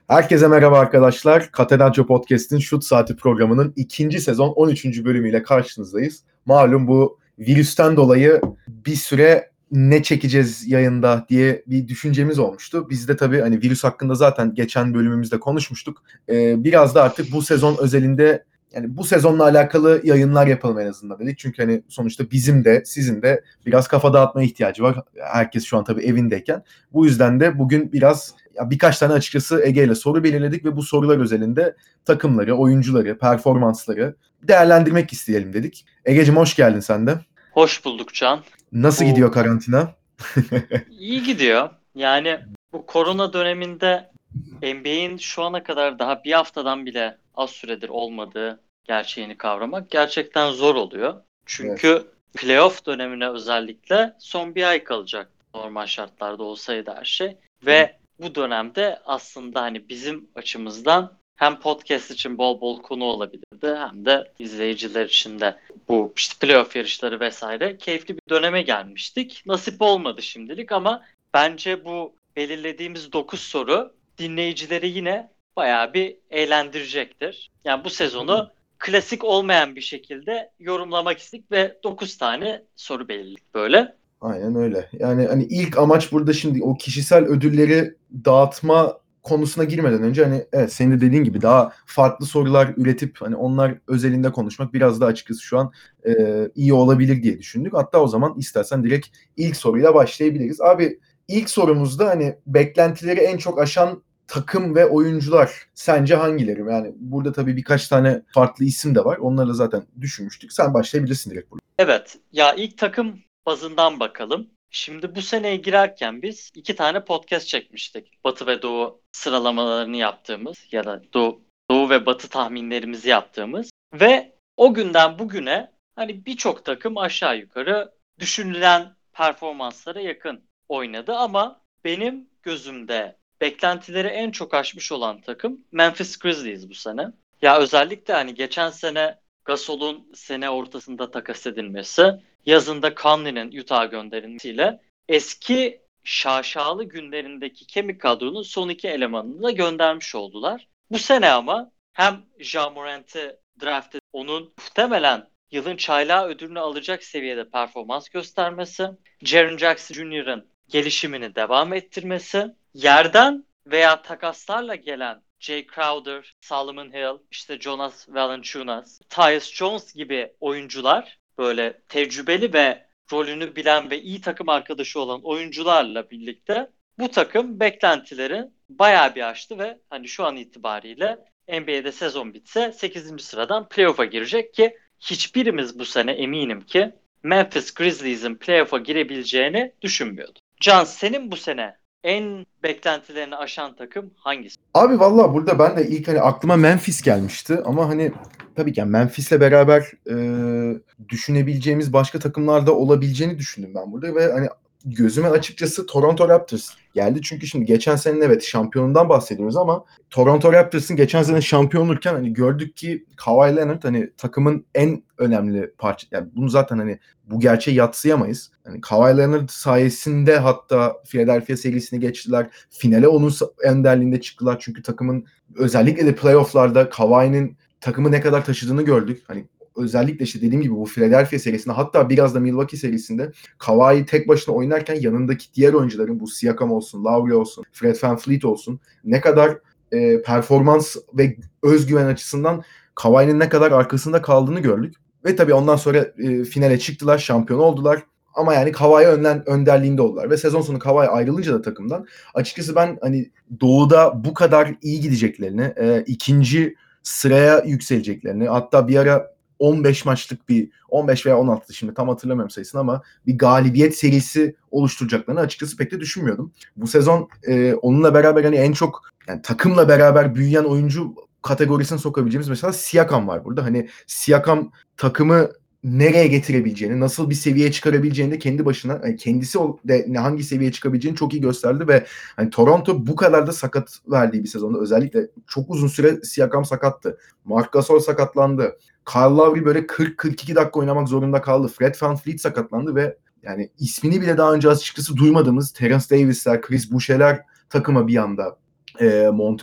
Herkese merhaba arkadaşlar. Catenaccio Podcast'in Şut Saati programının ikinci sezon 13. bölümüyle karşınızdayız. Malum bu virüsten dolayı bir süre ne çekeceğiz yayında diye bir düşüncemiz olmuştu. Biz de tabii hani virüs hakkında zaten geçen bölümümüzde konuşmuştuk. Biraz da artık bu sezon özelinde yani bu sezonla alakalı yayınlar yapalım en azından dedik. Çünkü hani sonuçta bizim de sizin de biraz kafa dağıtmaya ihtiyacı var. Herkes şu an tabii evindeyken. Bu yüzden de bugün biraz birkaç tane açıkçası Ege ile soru belirledik ve bu sorular özelinde takımları, oyuncuları, performansları değerlendirmek isteyelim dedik. Egeciğim hoş geldin sen de. Hoş bulduk Can. Nasıl Bu gidiyor karantina? iyi gidiyor. Yani bu korona döneminde NBA'in şu ana kadar daha bir haftadan bile az süredir olmadığı gerçeğini kavramak gerçekten zor oluyor. Evet. Çünkü playoff dönemine özellikle son bir ay kalacak normal şartlarda olsaydı her şey. Ve bu dönemde aslında hani bizim açımızdan hem podcast için bol bol konu olabilirdi hem de izleyiciler için de bu işte playoff yarışları vesaire keyifli bir döneme gelmiştik. Nasip olmadı şimdilik ama bence bu belirlediğimiz 9 soru dinleyicileri yine bayağı bir eğlendirecektir. Yani bu sezonu klasik olmayan bir şekilde yorumlamak istedik ve 9 tane soru belirledik böyle. Aynen öyle. Yani hani ilk amaç burada şimdi o kişisel ödülleri dağıtma konusuna girmeden önce hani evet senin de dediğin gibi daha farklı sorular üretip hani onlar özelinde konuşmak biraz da açıkçası şu an iyi olabilir diye düşündük. Hatta o zaman istersen direkt ilk soruyla başlayabiliriz. Abi ilk sorumuzda hani beklentileri en çok aşan takım ve oyuncular sence hangileri? Yani burada tabii birkaç tane farklı isim de var. Onları da zaten düşünmüştük. Sen başlayabilirsin direkt burada. Evet, ya ilk takım bazından bakalım. Şimdi bu seneye girerken biz iki tane podcast çekmiştik. Batı ve Doğu sıralamalarını yaptığımız ya da Doğu ve Batı tahminlerimizi yaptığımız. Ve o günden bugüne hani birçok takım aşağı yukarı düşünülen performanslara yakın oynadı. Ama benim gözümde beklentileri en çok aşmış olan takım Memphis Grizzlies bu sene. Ya özellikle hani geçen sene Gasol'un sene ortasında takas edilmesi, yazında Conley'nin Utah'a gönderilmesiyle eski şaşalı günlerindeki kemik kadronun son iki elemanını da göndermiş oldular. Bu sene ama hem Ja Morant'i draft edip onun muhtemelen yılın çaylağı ödülünü alacak seviyede performans göstermesi, Jaren Jackson Jr.'ın gelişimini devam ettirmesi, yerden veya takaslarla gelen Jay Crowder, Solomon Hill, işte Jonas Valanciunas, Tyus Jones gibi oyuncular böyle tecrübeli ve rolünü bilen ve iyi takım arkadaşı olan oyuncularla birlikte bu takım beklentileri bayağı bir aştı ve hani şu an itibariyle NBA'de sezon bitse 8. sıradan playoff'a girecek ki hiçbirimiz bu sene eminim ki Memphis Grizzlies'in playoff'a girebileceğini düşünmüyordu. Can, senin bu sene en beklentilerini aşan takım hangisi? Abi valla burada ben de ilk hani aklıma Memphis gelmişti ama hani tabii ki yani Memphis'le beraber düşünebileceğimiz başka takımlarda olabileceğini düşündüm ben burada ve hani gözüme açıkçası Toronto Raptors geldi. Çünkü şimdi geçen sene evet şampiyonundan bahsediyoruz ama Toronto Raptors'ın geçen sene şampiyon olurken hani gördük ki Kawhi Leonard hani takımın en önemli parça. Yani bunu zaten hani bu gerçeği yadsıyamayız. Hani Kawhi Leonard sayesinde hatta Philadelphia serisini geçtiler. Finale onun önderliğinde çıktılar. Çünkü takımın özellikle de playoff'larda Kawhi'nin takımı ne kadar taşıdığını gördük. Hani özellikle işte dediğim gibi bu Philadelphia serisinde hatta biraz da Milwaukee serisinde Kawhi tek başına oynarken yanındaki diğer oyuncuların bu Siakam olsun, Lowry olsun, Fred VanVleet olsun ne kadar performans ve özgüven açısından Kawhi'nin ne kadar arkasında kaldığını gördük. Ve tabii ondan sonra finale çıktılar, şampiyon oldular. Ama yani Kawhi önderliğinde oldular. Ve sezon sonu Kawhi ayrılınca da takımdan açıkçası ben hani Doğu'da bu kadar iyi gideceklerini, ikinci sıraya yükseleceklerini hatta bir ara 15 maçlık bir 15 veya 16 şimdi tam hatırlamıyorum sayısını ama bir galibiyet serisi oluşturacaklarını açıkçası pek de düşünmüyordum. Bu sezon onunla beraber hani en çok yani takımla beraber büyüyen oyuncu kategorisine sokabileceğimiz mesela Siakam var burada. Hani Siakam takımı nereye getirebileceğini, nasıl bir seviyeye çıkarabileceğini de kendi başına yani kendisi de hangi seviyeye çıkabileceğini çok iyi gösterdi ve hani Toronto bu kadar da sakat verdiği bir sezonda özellikle çok uzun süre Siakam sakattı. Marc Gasol sakatlandı. Kyle Lowry böyle 40-42 dakika oynamak zorunda kaldı. Fred VanVleet sakatlandı ve yani ismini bile daha önce açıkçası duymadığımız Terence Davis'ler, Chris Boucher'ler takıma bir anda monte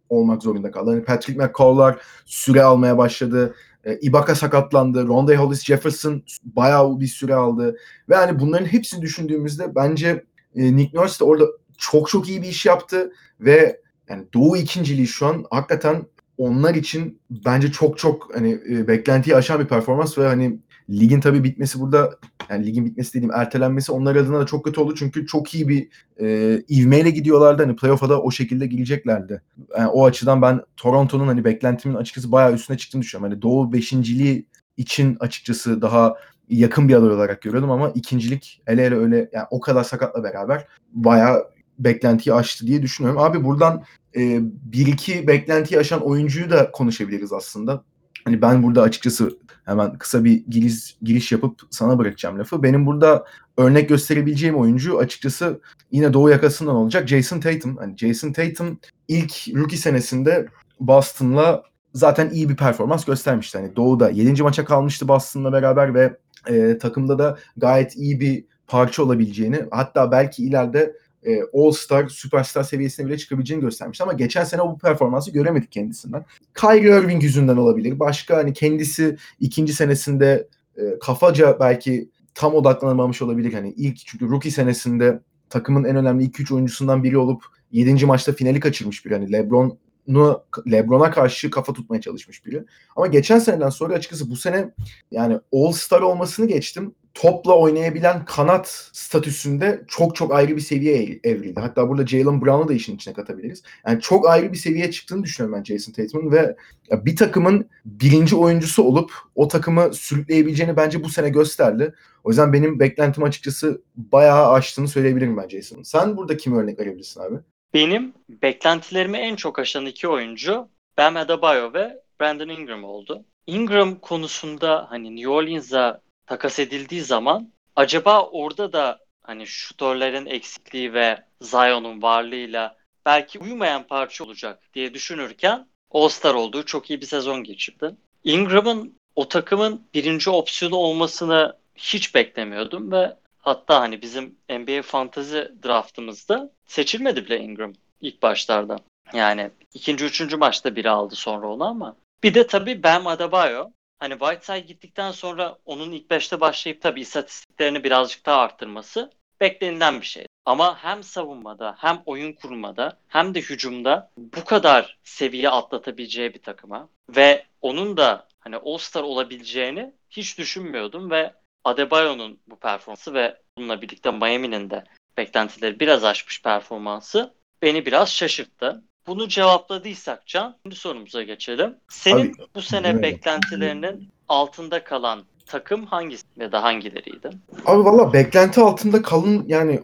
olmak zorunda kaldı. Hani Patrick McCaw'lar süre almaya başladı. Ibaka sakatlandı. Rondae Hollis-Jefferson bayağı bir süre aldı. Ve hani bunların hepsini düşündüğümüzde bence Nick Nurse de orada çok çok iyi bir iş yaptı ve yani Doğu ikinciliği şu an hakikaten onlar için bence çok çok hani beklentiyi aşan bir performans ve hani ligin tabii bitmesi burada, yani ligin bitmesi dediğim ertelenmesi onlar adına da çok kötü oldu çünkü çok iyi bir ivmeyle gidiyorlardı. Hani playoff'a da o şekilde gireceklerdi. Yani o açıdan ben Toronto'nun hani beklentimin açıkçası bayağı üstüne çıktığını düşünüyorum. Hani Doğu beşinciliği için açıkçası daha yakın bir aday olarak görüyordum ama ikincilik hele hele öyle yani o kadar sakatla beraber bayağı beklentiyi aştı diye düşünüyorum. Abi buradan bir iki beklentiyi aşan oyuncuyu da konuşabiliriz aslında. Hani ben burada açıkçası hemen kısa bir giriş yapıp sana bırakacağım lafı. Benim burada örnek gösterebileceğim oyuncu açıkçası yine Doğu yakasından olacak Jason Tatum. Hani Jason Tatum ilk rookie senesinde Boston'la zaten iyi bir performans göstermişti. Hani Doğu'da 7. maça kalmıştı Boston'la beraber ve takımda da gayet iyi bir parça olabileceğini, hatta belki ileride All-Star, Superstar seviyesine bile çıkabileceğini göstermişti. Ama geçen sene bu performansı göremedik kendisinden. Kyrie Irving yüzünden olabilir. Başka hani kendisi ikinci senesinde kafaca belki tam odaklanamamış olabilir. Hani ilk çünkü rookie senesinde takımın en önemli 2-3 oyuncusundan biri olup 7. maçta finali kaçırmış biri. Hani LeBron'a karşı kafa tutmaya çalışmış biri. Ama geçen seneden sonra açıkçası bu sene yani All-Star olmasını geçtim. Topla oynayabilen kanat statüsünde çok çok ayrı bir seviyeye evrildi. Hatta burada Jaylen Brown'u da işin içine katabiliriz. Yani çok ayrı bir seviyeye çıktığını düşünüyorum ben Jason Tatum'un ve bir takımın birinci oyuncusu olup o takımı sürükleyebileceğini bence bu sene gösterdi. O yüzden benim beklentim açıkçası bayağı aştığını söyleyebilirim ben Jason'ın. Sen burada kimi örnek verebilirsin abi? Benim beklentilerimi en çok aşan iki oyuncu Bam Adebayo ve Brandon Ingram oldu. Ingram konusunda hani New Orleans'a takas edildiği zaman acaba orada da hani şutörlerin eksikliği ve Zion'un varlığıyla belki uyumayan parça olacak diye düşünürken All-Star olduğu çok iyi bir sezon geçirdi. Ingram'ın o takımın birinci opsiyonu olmasını hiç beklemiyordum ve hatta hani bizim NBA Fantasy draftımızda seçilmedi bile Ingram ilk başlarda. Yani ikinci, üçüncü maçta biri aldı sonra onu ama. Bir de tabii Bam Adebayo. Hani Whiteside gittikten sonra onun ilk beşte başlayıp tabii istatistiklerini birazcık daha arttırması beklenilen bir şey. Ama hem savunmada hem oyun kurmada hem de hücumda bu kadar seviye atlatabileceği bir takıma ve onun da hani All-Star olabileceğini hiç düşünmüyordum ve Adebayo'nun bu performansı ve bununla birlikte Miami'nin de beklentileri biraz aşmış performansı beni biraz şaşırttı. Bunu cevapladıysak Can, şimdi sorumuza geçelim. Abi Senin bu sene dinlemedim. beklentilerinin altında kalan takım hangisi ya da hangileriydi? Abi valla beklenti altında kalın yani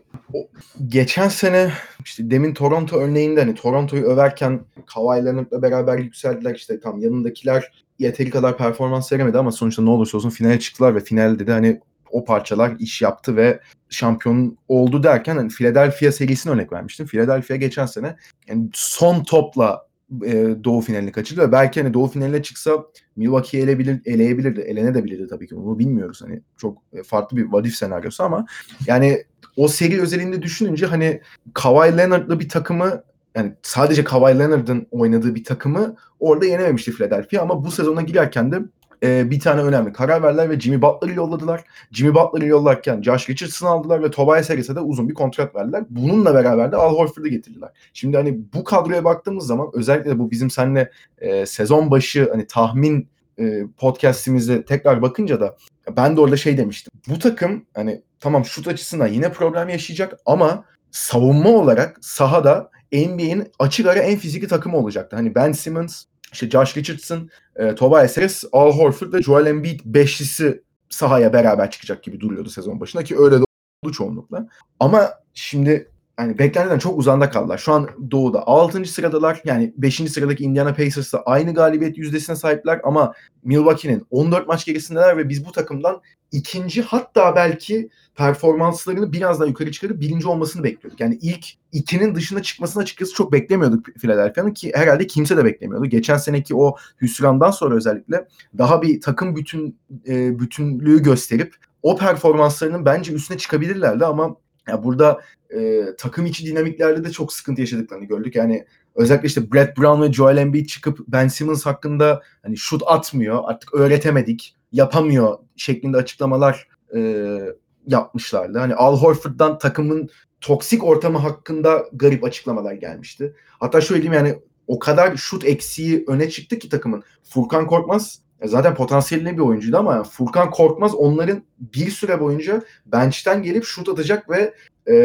geçen sene işte demin Toronto örneğinde hani Toronto'yu överken Kawhi Leonard'la beraber yükseldiler işte tam yanındakiler yeteri kadar performans veremedi ama sonuçta ne olursa olsun finale çıktılar ve finalde de hani o parçalar iş yaptı ve şampiyon oldu derken hani Philadelphia serisine örnek vermiştim. Philadelphia geçen sene yani son topla Doğu finalini kaçırdı ve belki hani Doğu finaline çıksa Milwaukee'yi eleyebilirdi. Elenebilirdi tabii ki. Bunu bilmiyoruz. Hani çok farklı bir what if senaryosu ama yani o seri özelinde düşününce hani Kawhi Leonard'lı bir takımı yani sadece Kawhi Leonard'ın oynadığı bir takımı orada yenememişti Philadelphia ama bu sezona girerken de bir tane önemli karar verdiler ve Jimmy Butler'ı yolladılar. Jimmy Butler'ı yollarken Josh Richardson'ı aldılar ve Tobias Harris'e de uzun bir kontrat verdiler. Bununla beraber de Al Horford'u getirdiler. Şimdi hani bu kadroya baktığımız zaman özellikle de bu bizim seninle sezon başı hani tahmin podcast'imize tekrar bakınca da ben de orada şey demiştim. Bu takım hani tamam şut açısından yine problem yaşayacak ama savunma olarak sahada NBA'in açık ara en fizikli takımı olacaktı. Hani Ben Simmons, işte Josh Richardson, Tobias Harris, Al Horford ve Joel Embiid beşlisi sahaya beraber çıkacak gibi duruyordu sezon başında ki öyle de oldu çoğunlukla. Ama şimdi yani beklentiden çok uzanda kaldılar. Şu an Doğu'da 6. sıradalar. Yani 5. sıradaki Indiana Pacers'la aynı galibiyet yüzdesine sahipler ama Milwaukee'nin 14 maç gerisindeler ve biz bu takımdan ikinci hatta belki performanslarını biraz daha yukarı çıkarıp birinci olmasını bekliyorduk. Yani ilk ikinin dışına çıkmasını açıkçası çok beklemiyorduk Philadelphia'nın ki herhalde kimse de beklemiyordu. Geçen seneki o hüsrandan sonra özellikle daha bir takım bütünlüğü gösterip o performanslarının bence üstüne çıkabilirlerdi ama ya burada takım içi dinamiklerde de çok sıkıntı yaşadıklarını gördük. Yani özellikle işte Brett Brown ve Joel Embiid çıkıp Ben Simmons hakkında hani şut atmıyor, artık öğretemedik, yapamıyor şeklinde açıklamalar yapmışlardı. Hani Al Horford'dan takımın toksik ortamı hakkında garip açıklamalar gelmişti. Hatta şöyle diyeyim, yani o kadar şut eksiği öne çıktı ki takımın. Furkan Korkmaz zaten potansiyelli bir oyuncuydu ama yani Furkan Korkmaz onların bir süre boyunca bench'ten gelip şut atacak ve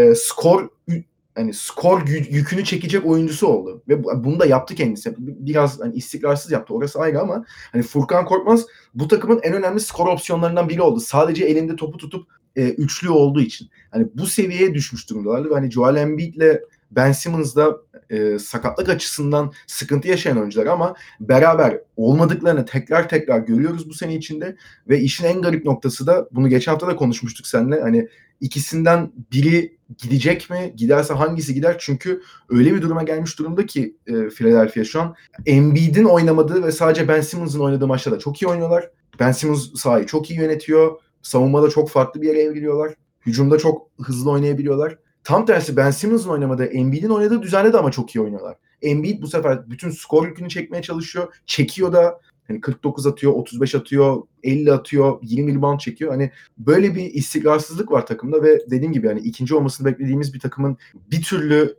skor yükünü çekecek oyuncusu oldu. Ve bunu da yaptı kendisi. Biraz hani istikrarsız yaptı. Orası ayrı ama hani Furkan Korkmaz bu takımın en önemli skor opsiyonlarından biri oldu. Sadece elinde topu tutup üçlü olduğu için. Hani bu seviyeye düşmüş durumdalardı. Hani Joel Embiid'le Ben Simmons da sakatlık açısından sıkıntı yaşayan oyuncular ama beraber olmadıklarını tekrar tekrar görüyoruz bu sene içinde ve işin en garip noktası da, bunu geçen hafta da konuşmuştuk seninle, hani ikisinden biri gidecek mi? Giderse hangisi gider? Çünkü öyle bir duruma gelmiş durumda ki Philadelphia şu an Embiid'in oynamadığı ve sadece Ben Simmons'ın oynadığı maçlarda çok iyi oynuyorlar. Ben Simmons sahayı çok iyi yönetiyor. Savunmada çok farklı bir yere evriliyorlar. Hücumda çok hızlı oynayabiliyorlar. Tam tersi Ben Simmons'ın oynamadığı, Embiid'in oynadığı düzenle de ama çok iyi oynuyorlar. Embiid bu sefer bütün skor yükünü çekmeye çalışıyor. Çekiyor da, hani 49 atıyor, 35 atıyor, 50 atıyor, 20 rebound çekiyor. Hani böyle bir istikrarsızlık var takımda ve dediğim gibi hani ikinci olmasını beklediğimiz bir takımın bir türlü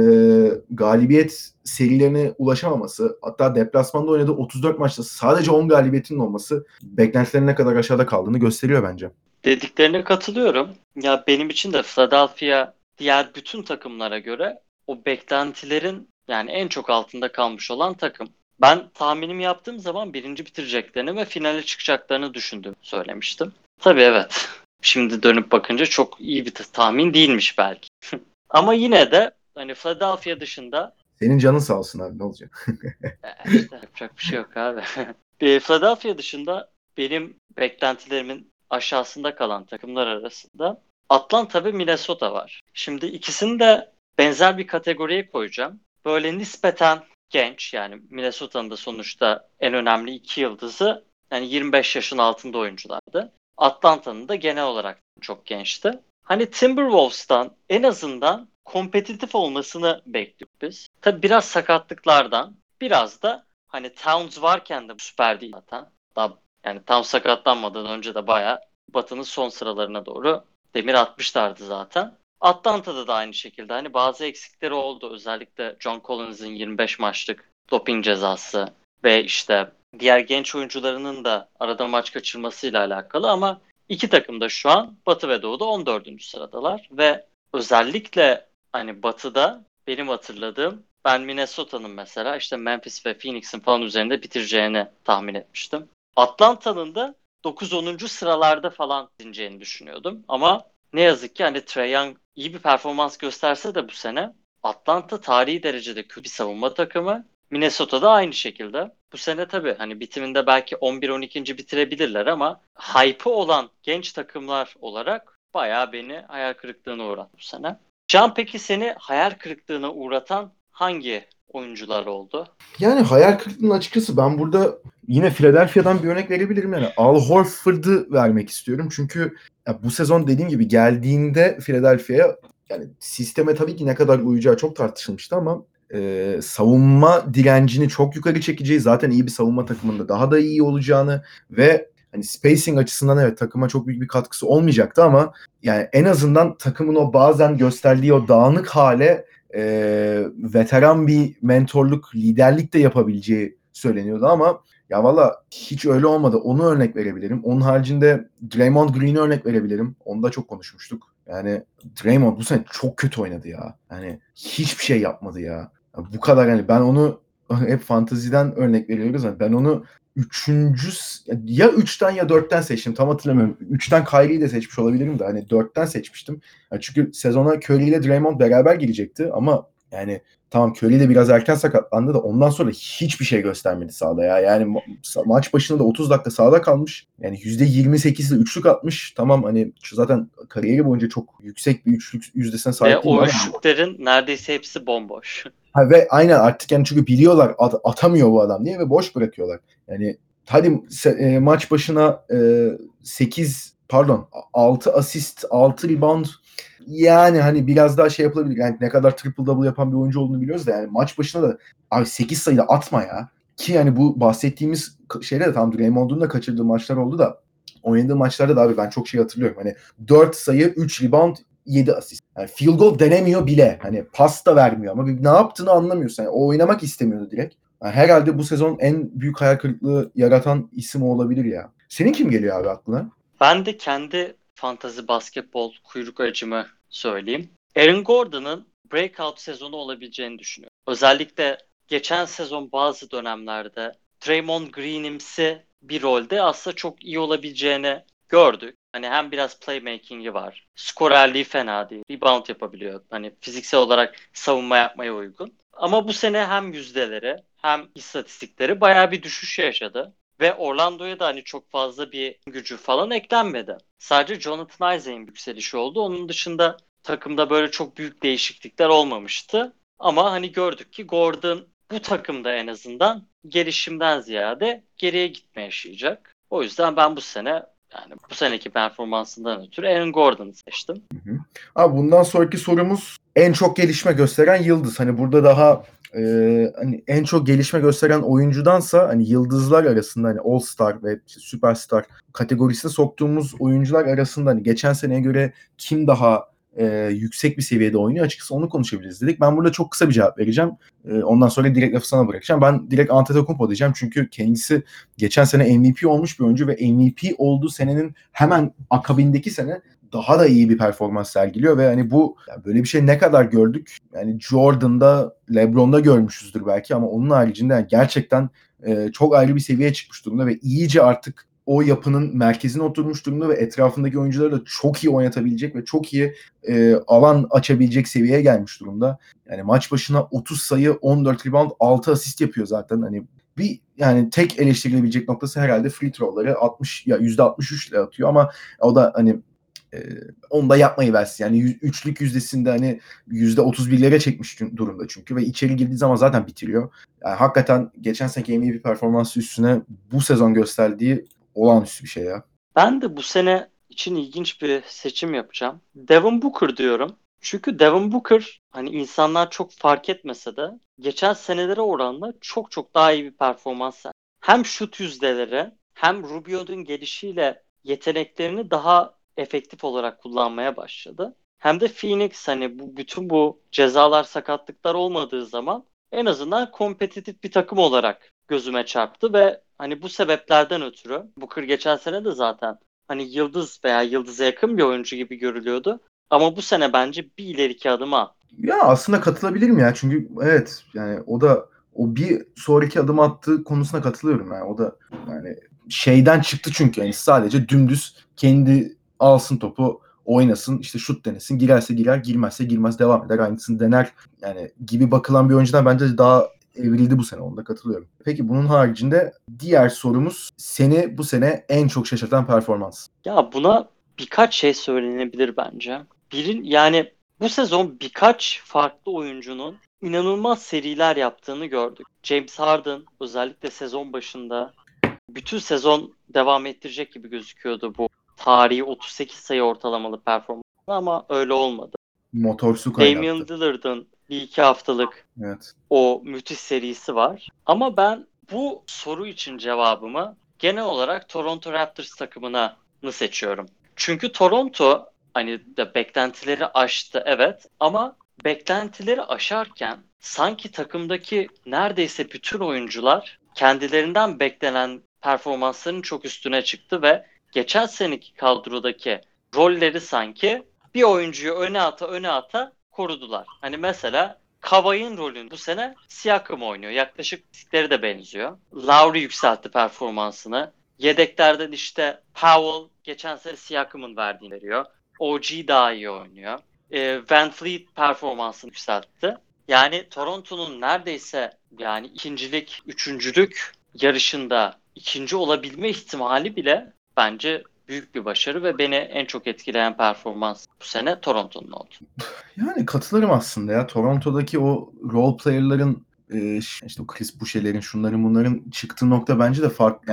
galibiyet serilerine ulaşamaması, hatta deplasmanda oynadığı 34 maçta sadece 10 galibiyetinin olması beklentilerin ne kadar aşağıda kaldığını gösteriyor bence. Dediklerine katılıyorum. Ya benim için de Philadelphia diğer bütün takımlara göre o beklentilerin yani en çok altında kalmış olan takım. Ben tahminimi yaptığım zaman birinci bitireceklerini ve finale çıkacaklarını düşündüm, söylemiştim. Tabii evet. Şimdi dönüp bakınca çok iyi bir tahmin değilmiş belki. Ama yine de hani Philadelphia dışında Senin canın sağ olsun abi, ne olacak? işte yapacak bir şey yok abi. Philadelphia dışında benim beklentilerimin aşağısında kalan takımlar arasında Atlanta ve Minnesota var. Şimdi ikisini de benzer bir kategoriye koyacağım. Böyle nispeten genç, yani Minnesota'nın da sonuçta en önemli iki yıldızı yani 25 yaşın altında oyunculardı. Atlanta'nın da genel olarak çok gençti. Hani Timberwolves'tan en azından kompetitif olmasını bekliyoruz biz. Tabii biraz sakatlıklardan, biraz da hani Towns varken de süper değil zaten. Daha, yani tam sakatlanmadan önce de bayağı Batı'nın son sıralarına doğru demir atmışlardı zaten. Atlanta'da da aynı şekilde hani bazı eksikleri oldu. Özellikle John Collins'in 25 maçlık doping cezası ve işte diğer genç oyuncularının da arada maç kaçırmasıyla alakalı ama iki takım da şu an Batı ve Doğu'da 14. sıradalar ve özellikle hani Batı'da benim hatırladığım, ben Minnesota'nın mesela işte Memphis ve Phoenix'in falan üzerinde bitireceğini tahmin etmiştim. Atlanta'nın da 9-10. sıralarda falan bitireceğini düşünüyordum. Ama ne yazık ki hani Trae Young iyi bir performans gösterse de bu sene Atlanta tarihi derecede kötü bir savunma takımı. Minnesota'da aynı şekilde. Bu sene tabii hani bitiminde belki 11-12. bitirebilirler ama hype'ı olan genç takımlar olarak bayağı beni hayal kırıklığına uğrattı bu sene. Can, peki seni hayal kırıklığına uğratan hangi oyuncular oldu? Yani hayal kırıklığının açıkçası ben burada yine Philadelphia'dan bir örnek verebilirim. Yani Al Horford'u vermek istiyorum. Çünkü ya bu sezon dediğim gibi geldiğinde Philadelphia'ya, yani sisteme tabii ki ne kadar uyacağı çok tartışılmıştı ama savunma direncini çok yukarı çekeceği, zaten iyi bir savunma takımında daha da iyi olacağını ve hani spacing açısından evet takıma çok büyük bir katkısı olmayacaktı ama yani en azından takımın o bazen gösterdiği o dağınık hale veteran bir mentorluk, liderlik de yapabileceği söyleniyordu ama ya valla hiç öyle olmadı. Onu örnek verebilirim. Onun haricinde Draymond Green'i örnek verebilirim. Onu da çok konuşmuştuk. Yani Draymond bu sene çok kötü oynadı ya. Yani hiçbir şey yapmadı ya. Bu kadar, hani ben onu hep fanteziden örnek veriyoruz. Yani ben onu üçüncü, ya 3'ten ya 4'ten seçtim. Tam hatırlamıyorum. 3'ten Kyrie'yi de seçmiş olabilirim de hani 4'ten seçmiştim. Yani çünkü sezona Curry ile Draymond beraber girecekti ama yani tamam Curry de biraz erken sakatlandı da ondan sonra hiçbir şey göstermedi sahada ya. Yani maç başında da 30 dakika sahada kalmış. Yani %28'de üçlük atmış. Tamam hani zaten kariyeri boyunca çok yüksek bir üçlük yüzdesine Ve sahip değil o ama üçlüklerin neredeyse hepsi bomboş. ha, ve aynen artık yani çünkü biliyorlar atamıyor bu adam diye ve boş bırakıyorlar. Yani hadi maç başına 8 pardon 6 asist 6 rebound Yani hani biraz daha şey yapılabilir. Yani ne kadar triple double yapan bir oyuncu olduğunu biliyoruz da yani maç başına da abi 8 sayıda atma ya. Ki yani bu bahsettiğimiz şeyde de tam Draymond'un da kaçırdığı maçlar oldu da oynadığı maçlarda da abi ben çok şey hatırlıyorum. Hani 4 sayı, 3 rebound, 7 asist. Yani field goal denemiyor bile. Hani pas da vermiyor ama ne yaptığını anlamıyorsun. Yani o oynamak istemiyordu direkt. Yani herhalde bu sezon en büyük hayal kırıklığı yaratan isim o olabilir ya. Senin kim geliyor abi aklına? Ben de kendi fantazi basketbol kuyruk acımı söyleyeyim. Aaron Gordon'ın breakout sezonu olabileceğini düşünüyorum. Özellikle geçen sezon bazı dönemlerde Draymond Green'imsi bir rolde aslında çok iyi olabileceğini gördük. Hani hem biraz playmaking'i var. Skorerliği fena değil. Rebound yapabiliyor. Hani fiziksel olarak savunma yapmaya uygun. Ama bu sene hem yüzdeleri hem istatistikleri bayağı bir düşüş yaşadı. Ve Orlando'ya da hani çok fazla bir gücü falan eklenmedi. Sadece Jonathan Isaac'in yükselişi oldu. Onun dışında takımda böyle çok büyük değişiklikler olmamıştı. Ama hani gördük ki Gordon bu takımda en azından gelişimden ziyade geriye gitme yaşayacak. O yüzden ben bu sene yani bu seneki performansından ötürü Aaron Gordon'u seçtim. Hı hı. Abi bundan sonraki sorumuz en çok gelişme gösteren yıldız. Hani burada daha hani en çok gelişme gösteren oyuncudansa hani yıldızlar arasında hani All Star ve işte Süperstar kategorisine soktuğumuz oyuncular arasında hani geçen seneye göre kim daha yüksek bir seviyede oynuyor açıkçası onu konuşabiliriz dedik. Ben burada çok kısa bir cevap vereceğim. Ondan sonra direkt lafı sana bırakacağım. Ben direkt Antetokounmpo diyeceğim çünkü kendisi geçen sene MVP olmuş bir oyuncu ve MVP olduğu senenin hemen akabindeki sene daha da iyi bir performans sergiliyor ve hani bu yani böyle bir şey ne kadar gördük? Yani Jordan'da, LeBron'da görmüşüzdür belki ama onun haricinde yani gerçekten çok ayrı bir seviyeye çıkmış durumda ve iyice artık o yapının merkezine oturmuş durumda ve etrafındaki oyuncuları da çok iyi oynatabilecek ve çok iyi alan açabilecek seviyeye gelmiş durumda. Yani maç başına 30 sayı, 14 rebound, 6 asist yapıyor zaten. Hani bir yani tek eleştirilebilecek noktası herhalde free throw'ları 60 ya %63 ile atıyor ama o da hani e, onu da yapmayı versin. Yani üçlük yüzdesinde hani %31'lere çekmiş durumda çünkü ve içeri girdiği zaman zaten bitiriyor. Yani hakikaten geçen seneki MVP performansı üstüne bu sezon gösterdiği olağanüstü bir şey ya. Ben de bu sene için ilginç bir seçim yapacağım. Devin Booker diyorum. Çünkü Devin Booker hani insanlar çok fark etmese de geçen senelere oranla çok çok daha iyi bir performans sergiledi. Hem şut yüzdeleri hem Rubio'nun gelişiyle yeteneklerini daha efektif olarak kullanmaya başladı. Hem de Phoenix hani bütün bu cezalar, sakatlıklar olmadığı zaman en azından kompetitif bir takım olarak gözüme çarptı ve hani bu sebeplerden ötürü Booker geçen sene de zaten hani yıldız veya yıldıza yakın bir oyuncu gibi görülüyordu. Ama bu sene bence bir ileriki adım attı. Ya aslında katılabilirim ya çünkü evet yani o da o bir sonraki adım attığı konusuna katılıyorum yani o da yani şeyden çıktı çünkü yani sadece dümdüz kendi alsın topu oynasın işte şut denesin girerse girer girmezse girmez devam eder aynısını dener yani gibi bakılan bir oyuncudan bence daha evrildi bu sene onda katılıyorum. Peki bunun haricinde diğer sorumuz seni bu sene en çok şaşırtan performans. Ya buna birkaç şey söylenebilir bence. Yani bu sezon birkaç farklı oyuncunun inanılmaz seriler yaptığını gördük. James Harden özellikle sezon başında bütün sezon devam ettirecek gibi gözüküyordu bu tarihi 38 sayı ortalamalı performansı ama öyle olmadı. Motor su Damian kaynattı. Lillard'ın bir iki haftalık Evet. o müthiş serisi var. Ama ben bu soru için cevabımı genel olarak Toronto Raptors takımını seçiyorum. Çünkü Toronto hani de beklentileri aştı evet ama beklentileri aşarken sanki takımdaki neredeyse bütün oyuncular kendilerinden beklenen performansların çok üstüne çıktı ve geçen seneki kadrodaki rolleri sanki bir oyuncuyu öne ata korudular. Hani mesela Kawhi'nin rolünü bu sene Siakam oynuyor. Yaklaşık tipleri de benziyor. Lowry yükseltti performansını. Yedeklerden işte Powell geçen sene Siakam'ın verdiğini veriyor. OG daha iyi oynuyor. Van Fleet performansını yükseltti. Yani Toronto'nun neredeyse yani ikincilik, üçüncülük yarışında ikinci olabilme ihtimali bile bence büyük bir başarı ve beni en çok etkileyen performans bu sene Toronto'nun oldu. Yani katılırım aslında ya. Toronto'daki o role player'ların işte o Chris Boucher'lerin şunların bunların çıktığı nokta bence de farklı yani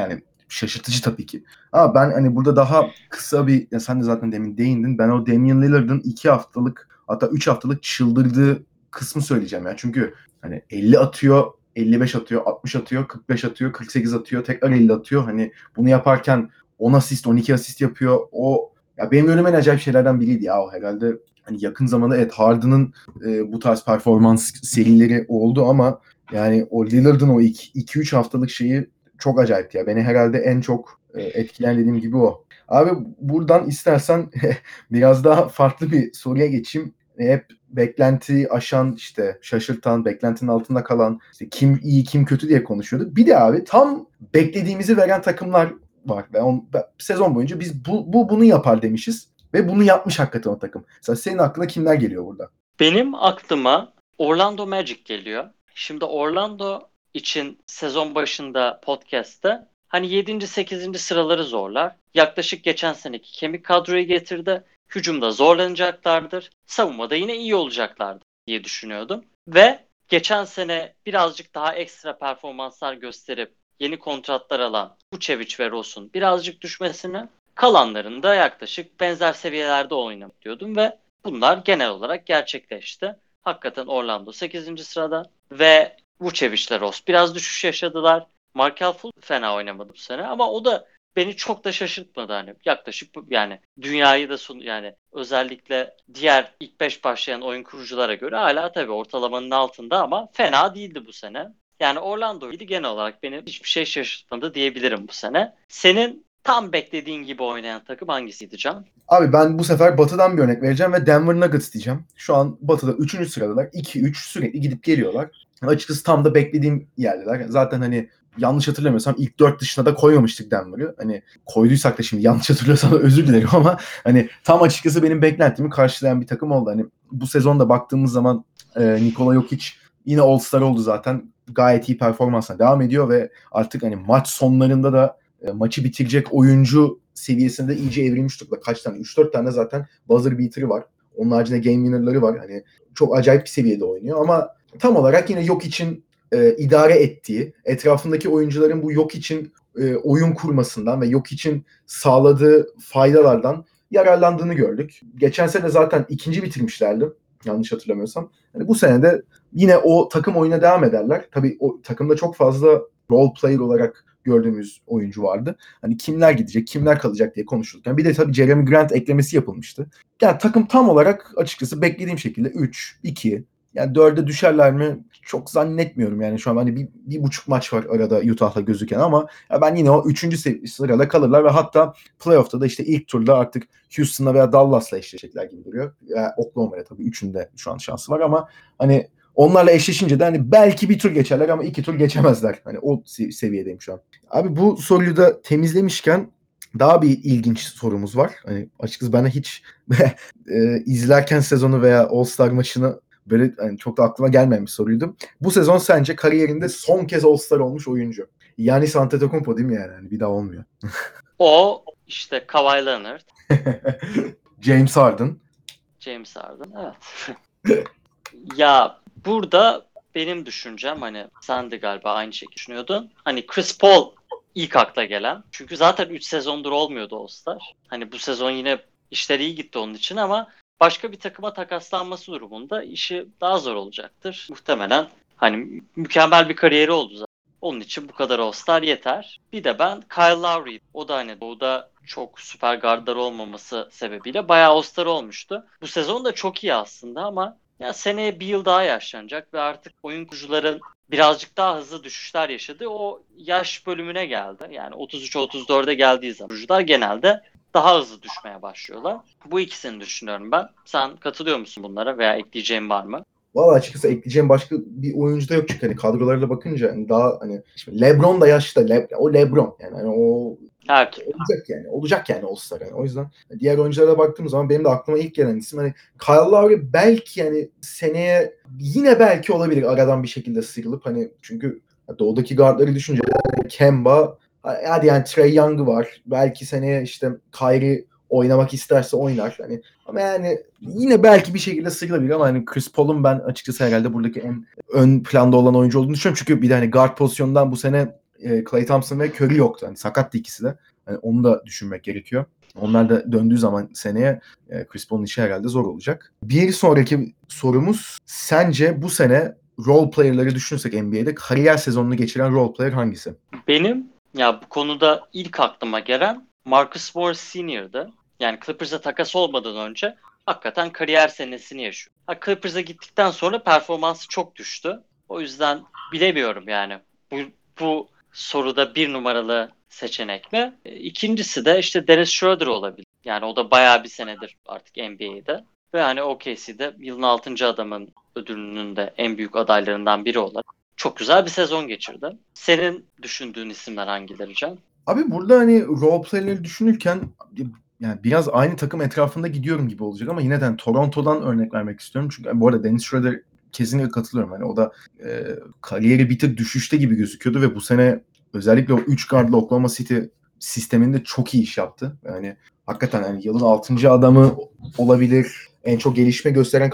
şaşırtıcı tabii ki. Ama ben hani burada daha kısa bir, ya sen de zaten demin değindin. Ben o Damian Lillard'ın 2 haftalık hatta 3 haftalık çıldırdığı kısmı söyleyeceğim ya. Çünkü hani 50 atıyor, 55 atıyor, 60 atıyor, 45 atıyor, 48 atıyor, tekrar 50 atıyor. Hani bunu yaparken 10 asist, 12 asist yapıyor. O ya benim gördüğüm en acayip şeylerden biriydi ya o herhalde. Hani yakın zamanda evet Harden'ın bu tarz performans serileri oldu ama yani o Lillard'ın o 2-3 haftalık şeyi çok acayipti ya. Beni herhalde en çok etkileyen dediğim gibi o. Abi buradan istersen biraz daha farklı bir soruya geçeyim. Hep beklenti aşan, işte şaşırtan, beklentinin altında kalan, işte kim iyi kim kötü diye konuşuyorduk. Bir de abi tam beklediğimizi veren takımlar var. Sezon boyunca biz bunu yapar demişiz ve bunu yapmış hakikaten o takım. Mesela senin aklına kimler geliyor burada? Benim aklıma Orlando Magic geliyor. Şimdi Orlando için sezon başında podcast'te hani 7. 8. sıraları zorlar. Yaklaşık geçen seneki kemik kadroyu getirdi. Hücumda zorlanacaklardır. Savunmada yine iyi olacaklardır diye düşünüyordum. Ve geçen sene birazcık daha ekstra performanslar gösterip yeni kontratlar alan Vucevic ve Ross'un birazcık düşmesini, kalanlarında yaklaşık benzer seviyelerde oynamak diyordum ve bunlar genel olarak gerçekleşti. Hakikaten Orlando 8. sırada ve Vucevic'le Ross biraz düşüş yaşadılar. Markelle Fultz fena oynamadı bu sene ama o da beni çok da şaşırtmadı, hani yaklaşık yani dünyayı da yani özellikle diğer ilk 5 başlayan oyun kuruculara göre hala tabii ortalamanın altında ama fena değildi bu sene. Yani Orlando'ydu genel olarak beni hiçbir şey şaşırtmadı diyebilirim bu sene. Senin tam beklediğin gibi oynayan takım hangisiydi Can? Abi ben bu sefer Batı'dan bir örnek vereceğim ve Denver Nuggets diyeceğim. Şu an Batı'da 3. sıradalar. 2-3 sürekli gidip geliyorlar. Açıkçası tam da beklediğim yerdeler. Zaten hani yanlış hatırlamıyorsam ilk 4 dışına da koymamıştık Denver'ı. Hani koyduysak da şimdi yanlış hatırlıyorsam da özür dilerim ama hani tam açıkçası benim beklentimi karşılayan bir takım oldu. Hani bu sezonda baktığımız zaman Nikola Jokic yine All-Star oldu zaten. Gayet iyi performansla devam ediyor ve artık hani maç sonlarında da maçı bitirecek oyuncu seviyesinde iyice evrilmiş durumda. Kaç tane? 3-4 tane zaten buzzer beater'ı var. Onun haricinde game winner'ları var. Hani çok acayip bir seviyede oynuyor ama tam olarak yine yok için idare ettiği, etrafındaki oyuncuların bu yok için oyun kurmasından ve yok için sağladığı faydalardan yararlandığını gördük. Geçen sene zaten ikinci bitirmişlerdi. Yanlış hatırlamıyorsam. Yani bu sene de yine o takım oyuna devam ederler. Tabii o takımda çok fazla role player olarak gördüğümüz oyuncu vardı. Hani kimler gidecek, kimler kalacak diye konuşulurken. Bir de tabii Jeremy Grant eklemesi yapılmıştı. Yani takım tam olarak açıkçası beklediğim şekilde 3, 2, yani 4'e düşerler mi? Çok zannetmiyorum. Yani şu an hani bir buçuk maç var arada Utah'la gözüken ama ya ben yine o 3. sırada kalırlar ve hatta playoff'ta da işte ilk turda artık Houston'la veya Dallas'la eşleşecekler gibi duruyor. Yani Oklahoma'ya tabii 3'ünde şu an şansı var ama hani onlarla eşleşince de hani belki bir tur geçerler ama 2 tur geçemezler. Hani o seviyedeyim şu an. Abi bu soruyu da temizlemişken daha bir ilginç sorumuz var. Hani açıkçası bana hiç izlerken sezonu veya All-Star maçını böyle hani çok da aklıma gelmeyen bir soruydu. Bu sezon sence kariyerinde son kez All-Star olmuş oyuncu? Giannis Antetokounmpo değil mi yani? Hani bir daha olmuyor. O işte Kawhi Leonard, James Harden. James Harden. Evet. Ya burada benim düşüncem, hani sen de galiba aynı şekilde düşünüyordun. Hani Chris Paul ilk akla gelen. Çünkü zaten 3 sezondur olmuyordu All-Star. Hani bu sezon yine işler iyi gitti onun için ama başka bir takıma takaslanması durumunda işi daha zor olacaktır. Muhtemelen hani mükemmel bir kariyeri oldu zaten. Onun için bu kadar All-Star yeter. Bir de ben Kyle Lowry. O da hani Doğu'da çok süper guardlar olmaması sebebiyle bayağı All-Star olmuştu. Bu sezon da çok iyi aslında ama ya seneye bir yıl daha yaşlanacak ve artık oyun kurucuların birazcık daha hızlı düşüşler yaşadığı o yaş bölümüne geldi. Yani 33-34'e geldiği zaman kurucular genelde daha hızlı düşmeye başlıyorlar. Bu ikisini düşünüyorum ben. Sen katılıyor musun bunlara veya ekleyeceğin var mı? Valla açıkçası ekleyeceğim başka bir oyuncu da yok çünkü hani kadrolarla bakınca hani daha hani şimdi LeBron da yaşta o LeBron yani hani o Evet. olacak yani All-Star yani. O yüzden diğer oyunculara baktığım zaman benim de aklıma ilk gelen isim hani Kyle Lowry belki yani seneye yine belki olabilir aradan bir şekilde sıyrılıp hani çünkü doğudaki guardları düşünce Kemba hadi yani Trae Young'ı var. Belki seneye işte Kyrie oynamak isterse oynar. Hani ama yani yine belki bir şekilde sıyrılabilir ama hani Chris Paul'un ben açıkçası herhalde buradaki en ön planda olan oyuncu olduğunu düşünüyorum. Çünkü bir de hani guard pozisyonundan bu sene Klay Thompson ve Curry yoktu. Hani sakattı ikisi de. Hani onu da düşünmek gerekiyor. Onlar da döndüğü zaman seneye Chris Paul'un işi herhalde zor olacak. Bir sonraki sorumuz, sence bu sene role player'ları düşünürsek NBA'de kariyer sezonunu geçiren role player hangisi? Benim ya bu konuda ilk aklıma gelen Marcus Morris Senior'dı. Yani Clippers'a takas olmadan önce hakikaten kariyer senesini yaşıyor. Clippers'a gittikten sonra performansı çok düştü. O yüzden bilemiyorum yani. Bu soruda bir numaralı seçenek mi? İkincisi de işte Dennis Schroeder olabilir. Yani o da bayağı bir senedir artık NBA'de. Ve hani OKC'de yılın 6. adamın ödülünün de en büyük adaylarından biri olarak çok güzel bir sezon geçirdi. Senin düşündüğün isimler hangileri Can? Abi burada hani role player'ları düşünürken yani biraz aynı takım etrafında gidiyorum gibi olacak ama yine de Toronto'dan örnek vermek istiyorum. Çünkü bu arada Dennis Schroeder kesinlikle katılıyorum. Hani o da kariyeri bir tık düşüşte gibi gözüküyordu ve bu sene özellikle o 3 guardlı Oklahoma City sisteminde çok iyi iş yaptı. Yani hakikaten hani yılın 6. adamı olabilir. En çok gelişme gösteren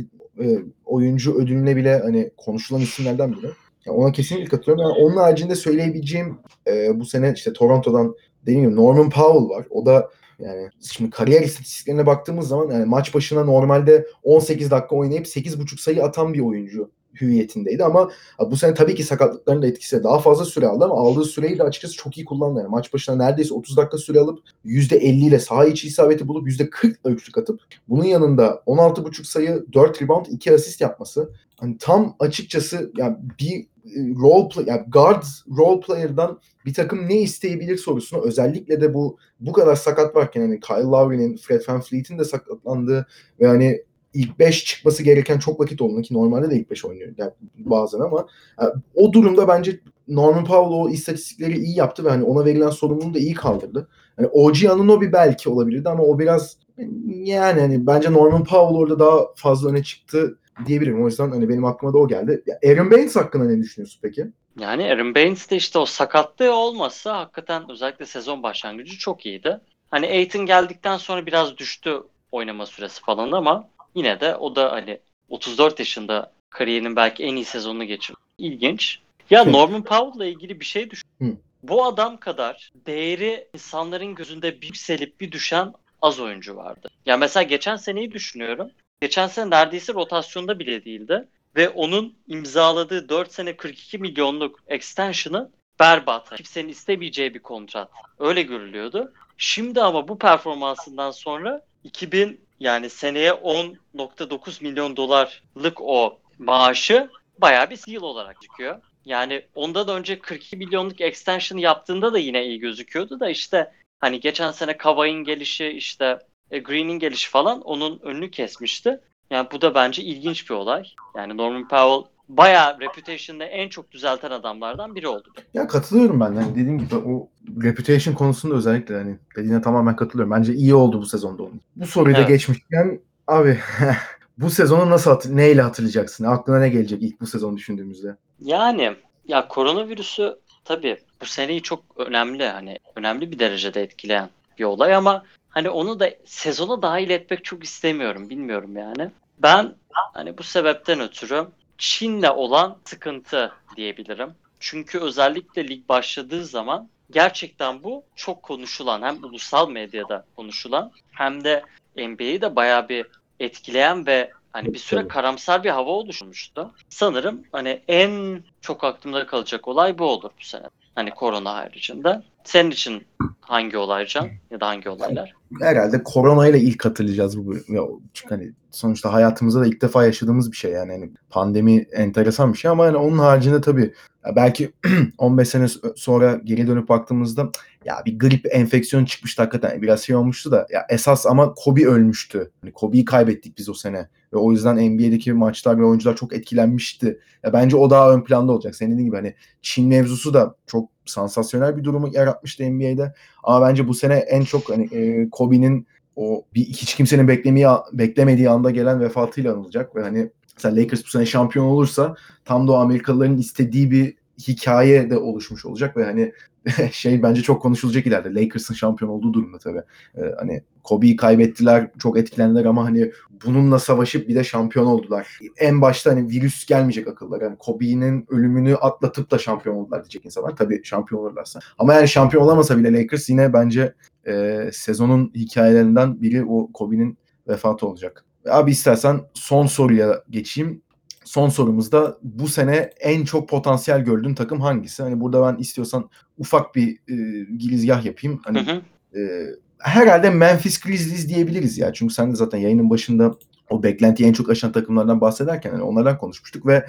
oyuncu ödülüne bile hani konuşulan isimlerden biri. Yani ona kesinlikle katılıyorum. Yani onun haricinde söyleyebileceğim bu sene işte Toronto'dan dediğim gibi Norman Powell var. O da yani şimdi kariyer istatistiklerine baktığımız zaman yani maç başına normalde 18 dakika oynayıp 8,5 sayı atan bir oyuncu hüviyetindeydi ama bu sene tabii ki sakatlıkların da etkisiyle daha fazla süre aldı ama aldığı süreyi de açıkçası çok iyi kullandı. Yani maç başına neredeyse 30 dakika süre alıp %50 ile saha içi isabeti bulup %40 ile üçlük atıp bunun yanında 16,5 sayı, 4 rebound, 2 asist yapması hani tam açıkçası yani bir yani guard role player'dan bir takım ne isteyebilir sorusunu özellikle de bu kadar sakat varken hani Kyle Lowry'nin, Fred VanVleet'in de sakatlandığı ve hani ilk 5 çıkması gereken çok vakit oldu ki normalde de ilk 5 oynuyor yani bazen ama yani o durumda bence Norman Powell o istatistikleri iyi yaptı ve hani ona verilen sorumluluğu da iyi kaldırdı. Yani OG Anunoby belki olabilirdi ama o biraz yani hani bence Norman Powell orada daha fazla öne çıktı diyebilirim. O yüzden hani benim aklıma da o geldi. Ya Aaron Baines hakkında ne düşünüyorsun peki? Yani Aaron Baines de işte o sakatlığı olmasa hakikaten özellikle sezon başlangıcı çok iyiydi. Hani Ayton geldikten sonra biraz düştü oynama süresi falan ama yine de o da hani 34 yaşında kariyerinin belki en iyi sezonunu geçirdi. İlginç. Ya Norman Powell'la ilgili bir şey düşün. Hı. Bu adam kadar değeri insanların gözünde bir yükselip bir düşen az oyuncu vardı. Ya mesela geçen seneyi düşünüyorum. Geçen sene neredeyse rotasyonda bile değildi. Ve onun imzaladığı 4 sene 42 milyonluk extension'ı berbat. Kimsenin istemeyeceği bir kontrat. Öyle görülüyordu. Şimdi ama bu performansından sonra 2000 yani seneye 10,9 milyon dolarlık o maaşı bayağı bir yıl olarak çıkıyor. Yani ondan önce 42 milyonluk extension yaptığında da yine iyi gözüküyordu da işte hani geçen sene Kawhi'nin gelişi işte Green'in gelişi falan onun önünü kesmişti. Yani bu da bence ilginç bir olay. Yani Norman Powell bayağı reputation'da en çok düzelten adamlardan biri oldu. Ya katılıyorum ben. Yani dediğim gibi o reputation konusunda özellikle hani dediğine tamamen katılıyorum. Bence iyi oldu bu sezonda onun. Bu soruyu da Evet. geçmişken abi bu sezonu neyle hatırlayacaksın? Aklına ne gelecek ilk bu sezon düşündüğümüzde? Yani ya koronavirüsü tabii bu seneyi çok önemli hani önemli bir derecede etkileyen bir olay ama hani onu da sezona dahil etmek çok istemiyorum. Bilmiyorum yani. Ben hani bu sebepten ötürü Çin'le olan sıkıntı diyebilirim. Çünkü özellikle lig başladığı zaman gerçekten bu çok konuşulan hem ulusal medyada konuşulan hem de NBA'yi de bayağı bir etkileyen ve hani bir süre Tabii. karamsar bir hava oluşmuştu. Sanırım hani en çok aklımda kalacak olay bu olur bu sene. Hani korona haricinde. Senin için hangi olay Can ya da hangi olaylar? Herhalde koronayla ilk hatırlayacağız bu. Ya, çünkü hani sonuçta hayatımızda da ilk defa yaşadığımız bir şey yani. Hani pandemi enteresan bir şey ama hani onun haricinde tabii ya belki 15 sene sonra geri dönüp baktığımızda ya bir grip enfeksiyon çıkmıştı hakikaten. Biraz şey olmuştu da ya esas ama Kobe ölmüştü. Hani Kobe'yi kaybettik biz o sene. Ve o yüzden NBA'deki maçlar ve oyuncular çok etkilenmişti. Ya bence o daha ön planda olacak. Senin dediğin gibi hani Çin mevzusu da çok sansasyonel bir durumu yaratmıştı NBA'de. Ama bence bu sene en çok hani Kobe'nin o hiç kimsenin beklemediği anda gelen vefatıyla anılacak ve hani mesela Lakers bu sene şampiyon olursa tam da o Amerikalıların istediği bir hikaye de oluşmuş olacak ve hani bence çok konuşulacak ileride. Lakers'ın şampiyon olduğu durumda tabii. Hani Kobe'yi kaybettiler, çok etkilendiler ama hani bununla savaşıp bir de şampiyon oldular. En başta hani virüs gelmeyecek akıllara. Yani Kobe'nin ölümünü atlatıp da şampiyon oldular diyecek insanlar. Tabii şampiyon olurlarsa. Ama yani şampiyon olamasa bile Lakers yine bence sezonun hikayelerinden biri o Kobe'nin vefatı olacak. Abi istersen son soruya geçeyim. Son sorumuzda bu sene en çok potansiyel gördüğün takım hangisi? Hani burada ben istiyorsan ufak bir girizgah yapayım. Hani herhalde Memphis Grizzlies diyebiliriz ya. Çünkü sen de zaten yayının başında o beklentiyi en çok aşan takımlardan bahsederken hani onlardan konuşmuştuk ve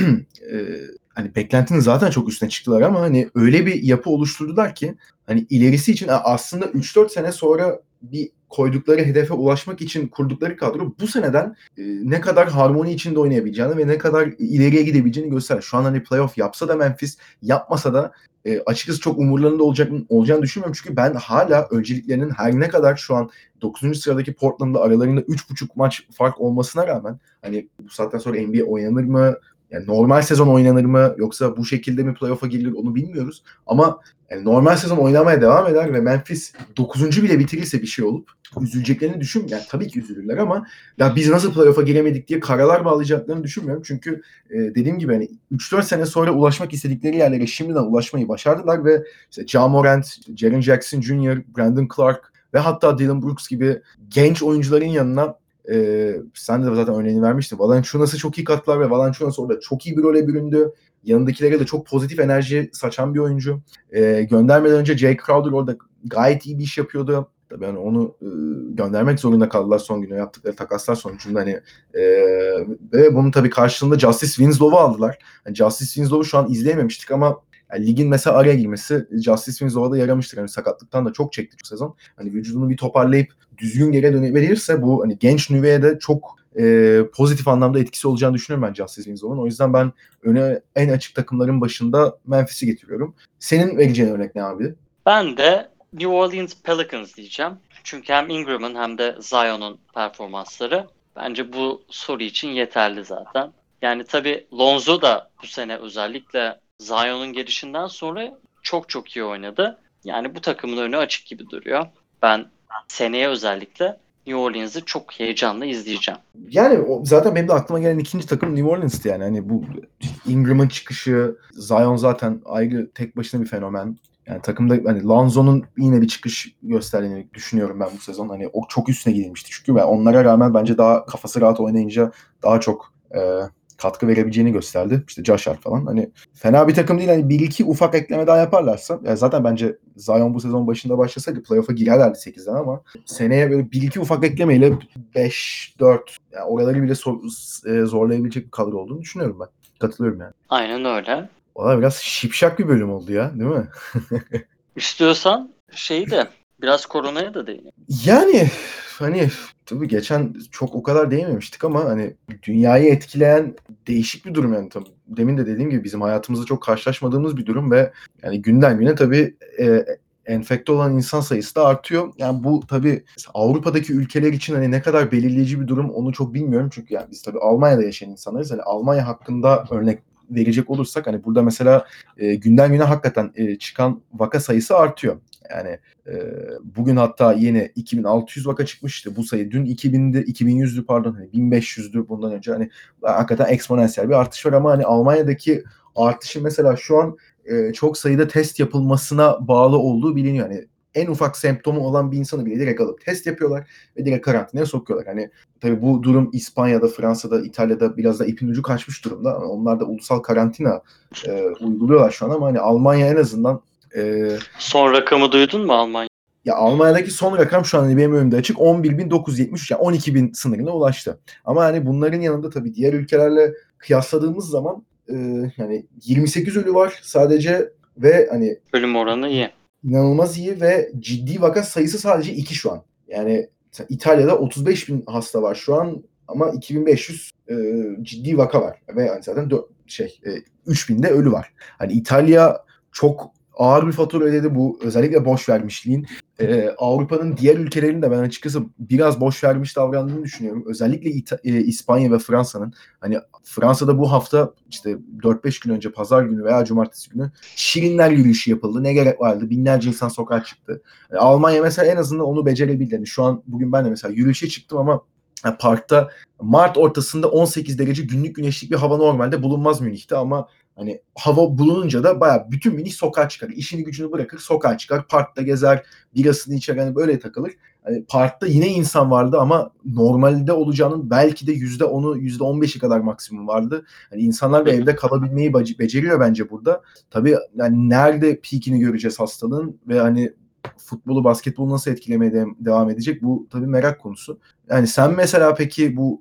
hani beklentinin zaten çok üstüne çıktılar ama hani öyle bir yapı oluşturdular ki hani ilerisi için aslında 3-4 sene sonra bir koydukları hedefe ulaşmak için kurdukları kadro bu seneden ne kadar harmoni içinde oynayabileceğini ve ne kadar ileriye gidebileceğini gösterir. Şu an hani playoff yapsa da Memphis, yapmasa da açıkçası çok umurlarında olacağını düşünmüyorum. Çünkü ben hala önceliklerinin her ne kadar şu an 9. sıradaki Portland'la aralarında 3,5 maç fark olmasına rağmen hani bu saatten sonra NBA oynanır mı? Yani normal sezon oynanır mı? Yoksa bu şekilde mi playoff'a girilir onu bilmiyoruz. Ama yani normal sezon oynamaya devam eder ve Memphis 9. bile bitirirse bir şey olup üzüleceklerini yani tabii ki üzülürler ama ya biz nasıl playoff'a giremedik diye karalar bağlayacaklarını düşünmüyorum. Çünkü dediğim gibi hani 3-4 sene sonra ulaşmak istedikleri yerlere şimdiden ulaşmayı başardılar ve işte Ja Morant, Jaren Jackson Jr., Brandon Clark ve hatta Dylan Brooks gibi genç oyuncuların yanına sen de zaten örneğini vermiştin. Valanciunas'ı çok iyi kattılar ve Valanciunas orada çok iyi bir role büründü. Yanındakilere de çok pozitif enerji saçan bir oyuncu. Göndermeden önce Jay Crowder orada gayet iyi bir iş yapıyordu. Tabii hani onu göndermek zorunda kaldılar son günü yaptıkları takaslar sonucunda hani ve bunun tabii karşılığında Justice Winslow'u aldılar. Yani Justice Winslow'u şu an izleyememiştik ama yani ligin mesela araya girmesi Justice Winslow'a da yaramıştır. Yani sakatlıktan da çok çekti bu sezon. Hani vücudunu bir toparlayıp düzgün geri dönebilirse bu hani genç nüveye de çok pozitif anlamda etkisi olacağını düşünüyorum ben Justice Winslow'un. O yüzden ben öne en açık takımların başında Memphis'i getiriyorum. Senin vereceğin örnek ne abi? Ben de New Orleans Pelicans diyeceğim. Çünkü hem Ingram'ın hem de Zion'un performansları bence bu soru için yeterli zaten. Yani tabii Lonzo da bu sene özellikle Zion'un gelişinden sonra çok çok iyi oynadı. Yani bu takımın önü açık gibi duruyor. Ben seneye özellikle New Orleans'ı çok heyecanla izleyeceğim. Yani zaten benim de aklıma gelen ikinci takım New Orleans'tı yani. Hani bu Ingram'ın çıkışı, Zion zaten ayrı tek başına bir fenomen. Yani takımda hani Lonzo'nun yine bir çıkış gösterdiğini düşünüyorum ben bu sezon. Hani o çok üstüne gidilmişti çünkü ve onlara rağmen bence daha kafası rahat oynayınca daha çok katkı verebileceğini gösterdi. İşte Josh Hart falan. Hani fena bir takım değil. Hani bir iki ufak ekleme daha yaparlarsa zaten bence Zion bu sezon başında başlasaydı playoff'a girerlerdi 8'den ama seneye böyle bir iki ufak eklemeyle 5-4 yani oraları bile zorlayabilecek bir kadro olduğunu düşünüyorum ben. Katılıyorum yani. Aynen öyle. Valla biraz şipşak bir bölüm oldu ya, değil mi? İstiyorsan şeyi de biraz koronaya da değinelim. Yani hani tabii geçen çok o kadar değinmemiştik ama hani dünyayı etkileyen değişik bir durum yani tabii. Demin de dediğim gibi bizim hayatımızda çok karşılaşmadığımız bir durum ve yani günden güne tabii enfekte olan insan sayısı da artıyor. Yani bu tabii Avrupa'daki ülkeler için hani ne kadar belirleyici bir durum onu çok bilmiyorum. Çünkü yani biz tabii Almanya'da yaşayan insanlarız. Hani Almanya hakkında örnek verecek olursak hani burada mesela günden güne hakikaten çıkan vaka sayısı artıyor. Yani bugün hatta yine 2600 vaka çıkmıştı. Bu sayı dün 2000'de 2100'dü pardon hani 1500'dü bundan önce. Hani hakikaten eksponansiyel bir artış var ama hani Almanya'daki artışın mesela şu an çok sayıda test yapılmasına bağlı olduğu biliniyor. Yani en ufak semptomu olan bir insanı bile direkt alıp test yapıyorlar ve direkt karantinaya sokuyorlar. Hani tabii bu durum İspanya'da, Fransa'da, İtalya'da biraz da ipin ucu kaçmış durumda. Onlar da ulusal karantina uyguluyorlar şu an ama hani Almanya en azından Son rakamı duydun mu Almanya? ya Almanya'daki son rakam şu an hani benim önümde açık 11.973 yani 12.000 sınırına ulaştı. Ama hani bunların yanında tabii diğer ülkelerle kıyasladığımız zaman yani 28 ölü var sadece ve hani Ölüm oranı iyi. inanılmaz iyi ve ciddi vaka sayısı sadece 2 şu an. Yani İtalya'da 35.000 hasta var şu an ama 2.500 ciddi vaka var ve yani zaten 3.000'de ölü var. Hani İtalya çok ağır bir fatura ödedi bu özellikle boş vermişliğin. Avrupa'nın diğer ülkelerinin de ben açıkçası biraz boş vermiş davrandığını düşünüyorum. Özellikle İspanya ve Fransa'nın. Hani Fransa'da bu hafta işte 4-5 gün önce pazar günü veya cumartesi günü Şirinler yürüyüşü yapıldı. Ne gerek vardı? Binlerce insan sokağa çıktı. Almanya mesela en azından onu becerebildi. Yani şu an bugün ben de mesela yürüyüşe çıktım ama parkta Mart ortasında 18 derece günlük güneşlik bir hava normalde bulunmaz Münih'te ama hani hava bulununca da bayağı bütün Münih sokağa çıkar. İşini gücünü bırakır sokağa çıkar. Parkta gezer, birasını içer hani böyle takılır. Hani parkta yine insan vardı ama normalde olacağının belki de %10'u %15'i kadar maksimum vardı. Hani insanlar da evde kalabilmeyi beceriyor bence burada. Tabii yani nerede peakini göreceğiz hastalığın ve hani futbolu, basketbolu nasıl etkilemeye devam edecek? Bu tabii merak konusu. Yani sen mesela peki bu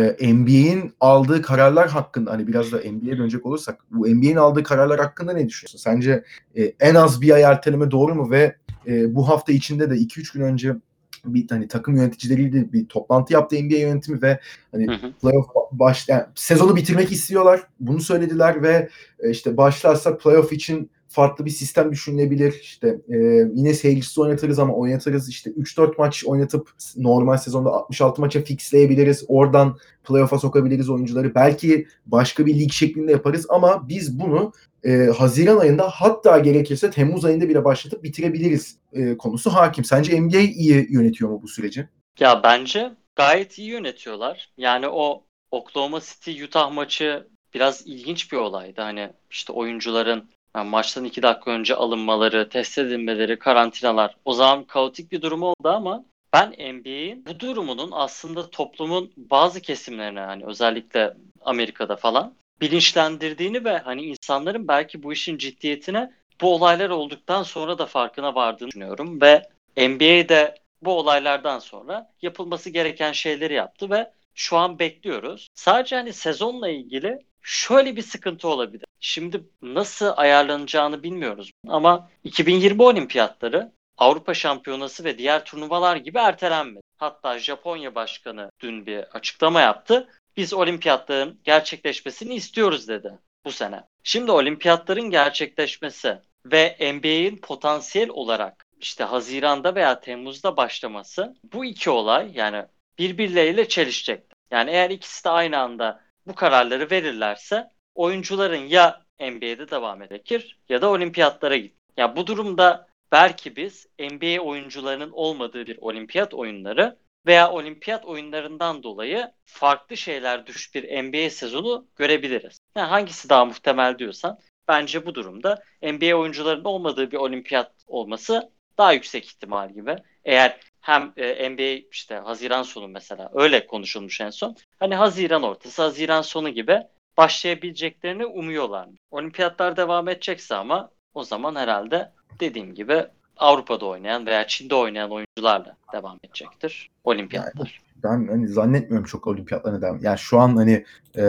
NBA'in aldığı kararlar hakkında hani biraz da NBA'ye dönecek olursak bu NBA'in aldığı kararlar hakkında ne düşünüyorsun? Sence en az bir ay erteleme doğru mu ve bu hafta içinde de 2-3 gün önce bir hani takım yöneticileriyle bir toplantı yaptı NBA yönetimi ve hani playoff yani sezonu bitirmek istiyorlar. Bunu söylediler ve işte başlarsa playoff için farklı bir sistem düşünülebilir. İşte yine seyircisiz oynatırız ama oynatırız işte 3-4 maç oynatıp normal sezonda 66 maça fixleyebiliriz. Oradan playoff'a sokabiliriz oyuncuları. Belki başka bir lig şeklinde yaparız ama biz bunu Haziran ayında hatta gerekirse Temmuz ayında bile başlatıp bitirebiliriz konusu hakim. Sence NBA iyi yönetiyor mu bu süreci? Ya bence gayet iyi yönetiyorlar. Yani o Oklahoma City Utah maçı biraz ilginç bir olaydı. Hani işte oyuncuların maçtan 2 dakika önce alınmaları, test edilmeleri, karantinalar. O zaman kaotik bir durum oldu ama ben NBA'in bu durumunun aslında toplumun bazı kesimlerine hani özellikle Amerika'da falan bilinçlendirdiğini ve hani insanların belki bu işin ciddiyetine bu olaylar olduktan sonra da farkına vardığını düşünüyorum ve NBA'de bu olaylardan sonra yapılması gereken şeyleri yaptı ve şu an bekliyoruz. Sadece hani sezonla ilgili şöyle bir sıkıntı olabilir. Şimdi nasıl ayarlanacağını bilmiyoruz ama 2020 olimpiyatları Avrupa Şampiyonası ve diğer turnuvalar gibi ertelenmedi. Hatta Japonya Başkanı dün bir açıklama yaptı. Biz olimpiyatların gerçekleşmesini istiyoruz dedi bu sene. Şimdi olimpiyatların gerçekleşmesi ve NBA'in potansiyel olarak işte Haziran'da veya Temmuz'da başlaması bu iki olay yani birbirleriyle çelişecek. Yani eğer ikisi de aynı anda bu kararları verirlerse oyuncuların ya NBA'de devam edecek ya da olimpiyatlara git. Ya bu durumda belki biz NBA oyuncularının olmadığı bir olimpiyat oyunları veya olimpiyat oyunlarından dolayı farklı şeyler düş bir NBA sezonu görebiliriz. Yani hangisi daha muhtemel diyorsan bence bu durumda NBA oyuncularının olmadığı bir olimpiyat olması daha yüksek ihtimal gibi. Eğer hem NBA işte Haziran sonu mesela öyle konuşulmuş en son. Hani Haziran ortası, Haziran sonu gibi başlayabileceklerini umuyorlar. Olimpiyatlar devam edecekse ama o zaman herhalde dediğim gibi Avrupa'da oynayan veya Çin'de oynayan oyuncularla devam edecektir Yani olimpiyatlar. ben hani zannetmiyorum çok olimpiyatlarına devam. Yani şu an hani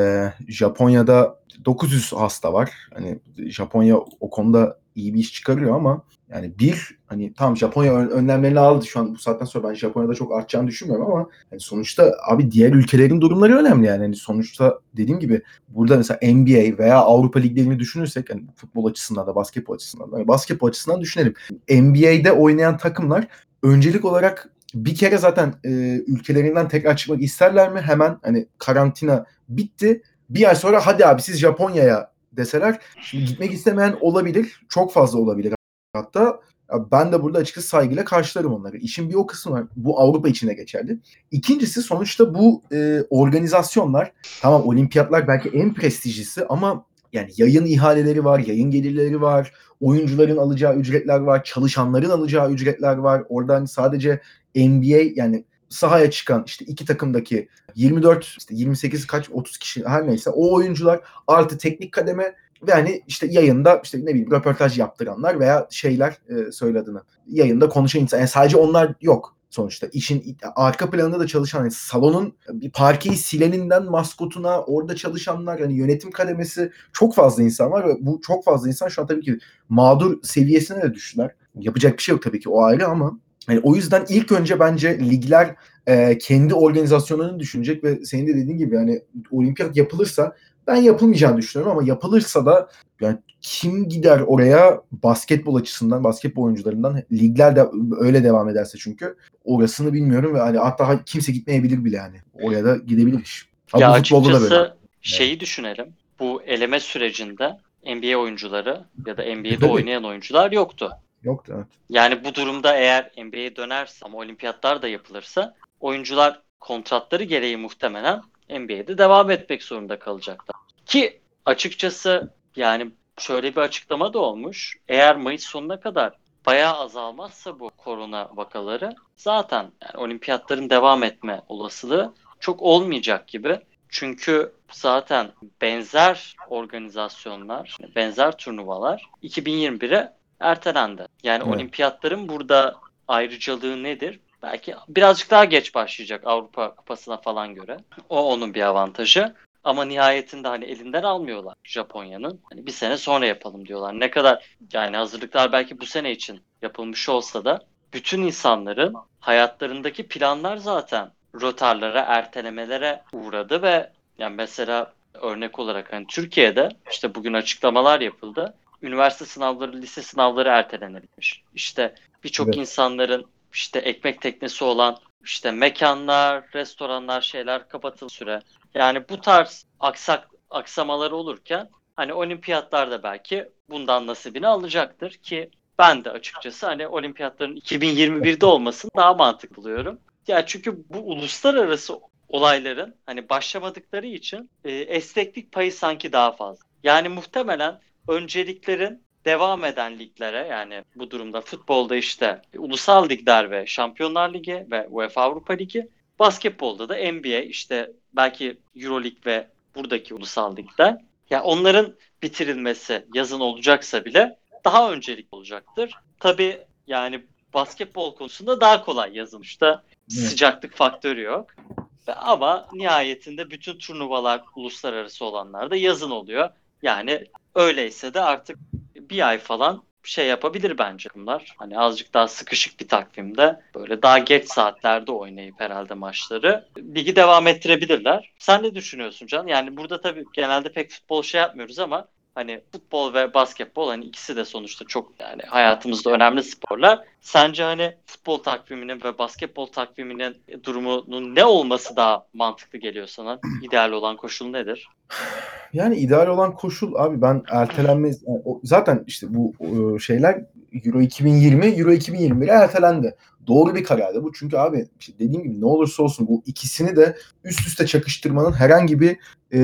Japonya'da 900 hasta var. Hani Japonya o konuda iyi bir iş çıkarıyor ama yani bir hani tam Japonya önlemlerini aldı şu an bu saatten sonra ben Japonya'da çok artacağını düşünmüyorum ama yani sonuçta abi diğer ülkelerin durumları önemli yani. Hani sonuçta dediğim gibi burada mesela NBA veya Avrupa liglerini düşünürsek hani futbol açısından da basketbol açısından da hani basketbol açısından düşünelim. NBA'de oynayan takımlar öncelik olarak bir kere zaten ülkelerinden tekrar çıkmak isterler mi? Hemen hani karantina bitti. Bir ay sonra hadi abi siz Japonya'ya deseler. Şimdi gitmek istemeyen olabilir. Çok fazla olabilir hatta. Ben de burada açıkçası saygıyla karşılarım onları. İşin bir o kısmı var. Bu Avrupa için de geçerli. İkincisi sonuçta bu organizasyonlar tamam olimpiyatlar belki en prestijlisi ama yani yayın ihaleleri var, yayın gelirleri var, oyuncuların alacağı ücretler var, çalışanların alacağı ücretler var. Oradan sadece NBA yani sahaya çıkan işte iki takımdaki 24 işte 28 kaç 30 kişi her neyse o oyuncular artı teknik kademe ve hani işte yayında işte ne bileyim röportaj yaptıranlar veya şeyler söyle adını yayında konuşan insan yani sadece onlar yok sonuçta işin arka planında da çalışan yani salonun bir parkeyi sileninden maskotuna orada çalışanlar hani yönetim kademesi çok fazla insan var ve bu çok fazla insan şu an tabii ki mağdur seviyesine de düştüler. Yapacak bir şey yok tabii ki o ayrı ama yani o yüzden ilk önce bence ligler kendi organizasyonlarını düşünecek ve senin de dediğin gibi yani olimpiyat yapılırsa Ben yapılmayacağını düşünüyorum ama yapılırsa da yani kim gider oraya basketbol açısından, basketbol oyuncularından, ligler de öyle devam ederse çünkü orasını bilmiyorum ve hani hatta kimse gitmeyebilir bile yani. Oraya da gidebilir iş. Ha, Ya bu futbolda da böyle. açıkçası Yani. şeyi düşünelim. Bu eleme sürecinde NBA oyuncuları ya da NBA'de Tabii. oynayan oyuncular yoktu. Yok da evet. Yani bu durumda eğer NBA'ye dönerse ama olimpiyatlar da yapılırsa oyuncular kontratları gereği muhtemelen NBA'de devam etmek zorunda kalacaklar. Ki açıkçası yani şöyle bir açıklama da olmuş. Eğer Mayıs sonuna kadar bayağı azalmazsa bu korona vakaları zaten yani olimpiyatların devam etme olasılığı çok olmayacak gibi. Çünkü zaten benzer organizasyonlar, benzer turnuvalar 2021'e ertelendi. Yani Evet. olimpiyatların burada ayrıcalığı nedir? Belki birazcık daha geç başlayacak Avrupa Kupası'na falan göre. O onun bir avantajı. Ama nihayetinde hani elinden almıyorlar Japonya'nın. Hani bir sene sonra yapalım diyorlar. Ne kadar yani hazırlıklar belki bu sene için yapılmış olsa da bütün insanların hayatlarındaki planlar zaten rötarlara, ertelemelere uğradı ve yani mesela örnek olarak hani Türkiye'de işte bugün açıklamalar yapıldı. Üniversite sınavları, lise sınavları ertelenebilmiş. İşte birçok Evet. insanların işte ekmek teknesi olan işte mekanlar, restoranlar, şeyler kapatılır süre. Yani bu tarz aksamalar olurken hani olimpiyatlarda belki bundan nasibini alacaktır ki ben de açıkçası hani olimpiyatların 2021'de olmasını daha mantıklı buluyorum. Ya çünkü bu uluslararası olayların hani başlamadıkları için esneklik payı sanki daha fazla. Yani muhtemelen önceliklerin devam eden liglere yani bu durumda futbolda işte ulusal ligler ve Şampiyonlar Ligi ve UEFA Avrupa Ligi, basketbolda da NBA işte belki Euroleague ve buradaki ulusal ligler. Ya onların bitirilmesi yazın olacaksa bile daha öncelik olacaktır. Tabii yani basketbol konusunda daha kolay yazılmışta Evet. sıcaklık faktörü yok. Ama nihayetinde bütün turnuvalar uluslararası olanlar da yazın oluyor. Yani öyleyse de artık bir ay falan şey yapabilir bence bunlar. Hani azıcık daha sıkışık bir takvimde böyle daha geç saatlerde oynayıp herhalde maçları ligi devam ettirebilirler. Sen ne düşünüyorsun Can? Yani burada tabii genelde pek futbol şey yapmıyoruz ama hani futbol ve basketbol hani ikisi de sonuçta çok yani hayatımızda önemli sporlar. Sence hani futbol takviminin ve basketbol takviminin durumunun ne olması daha mantıklı geliyor sana? İdeal olan koşul nedir? Yani ideal olan koşul abi ben ertelenmez yani zaten işte bu şeyler Euro 2020, Euro 2021'e ertelendi. Doğru bir karardı bu. Çünkü abi işte dediğim gibi ne olursa olsun bu ikisini de üst üste çakıştırmanın herhangi bir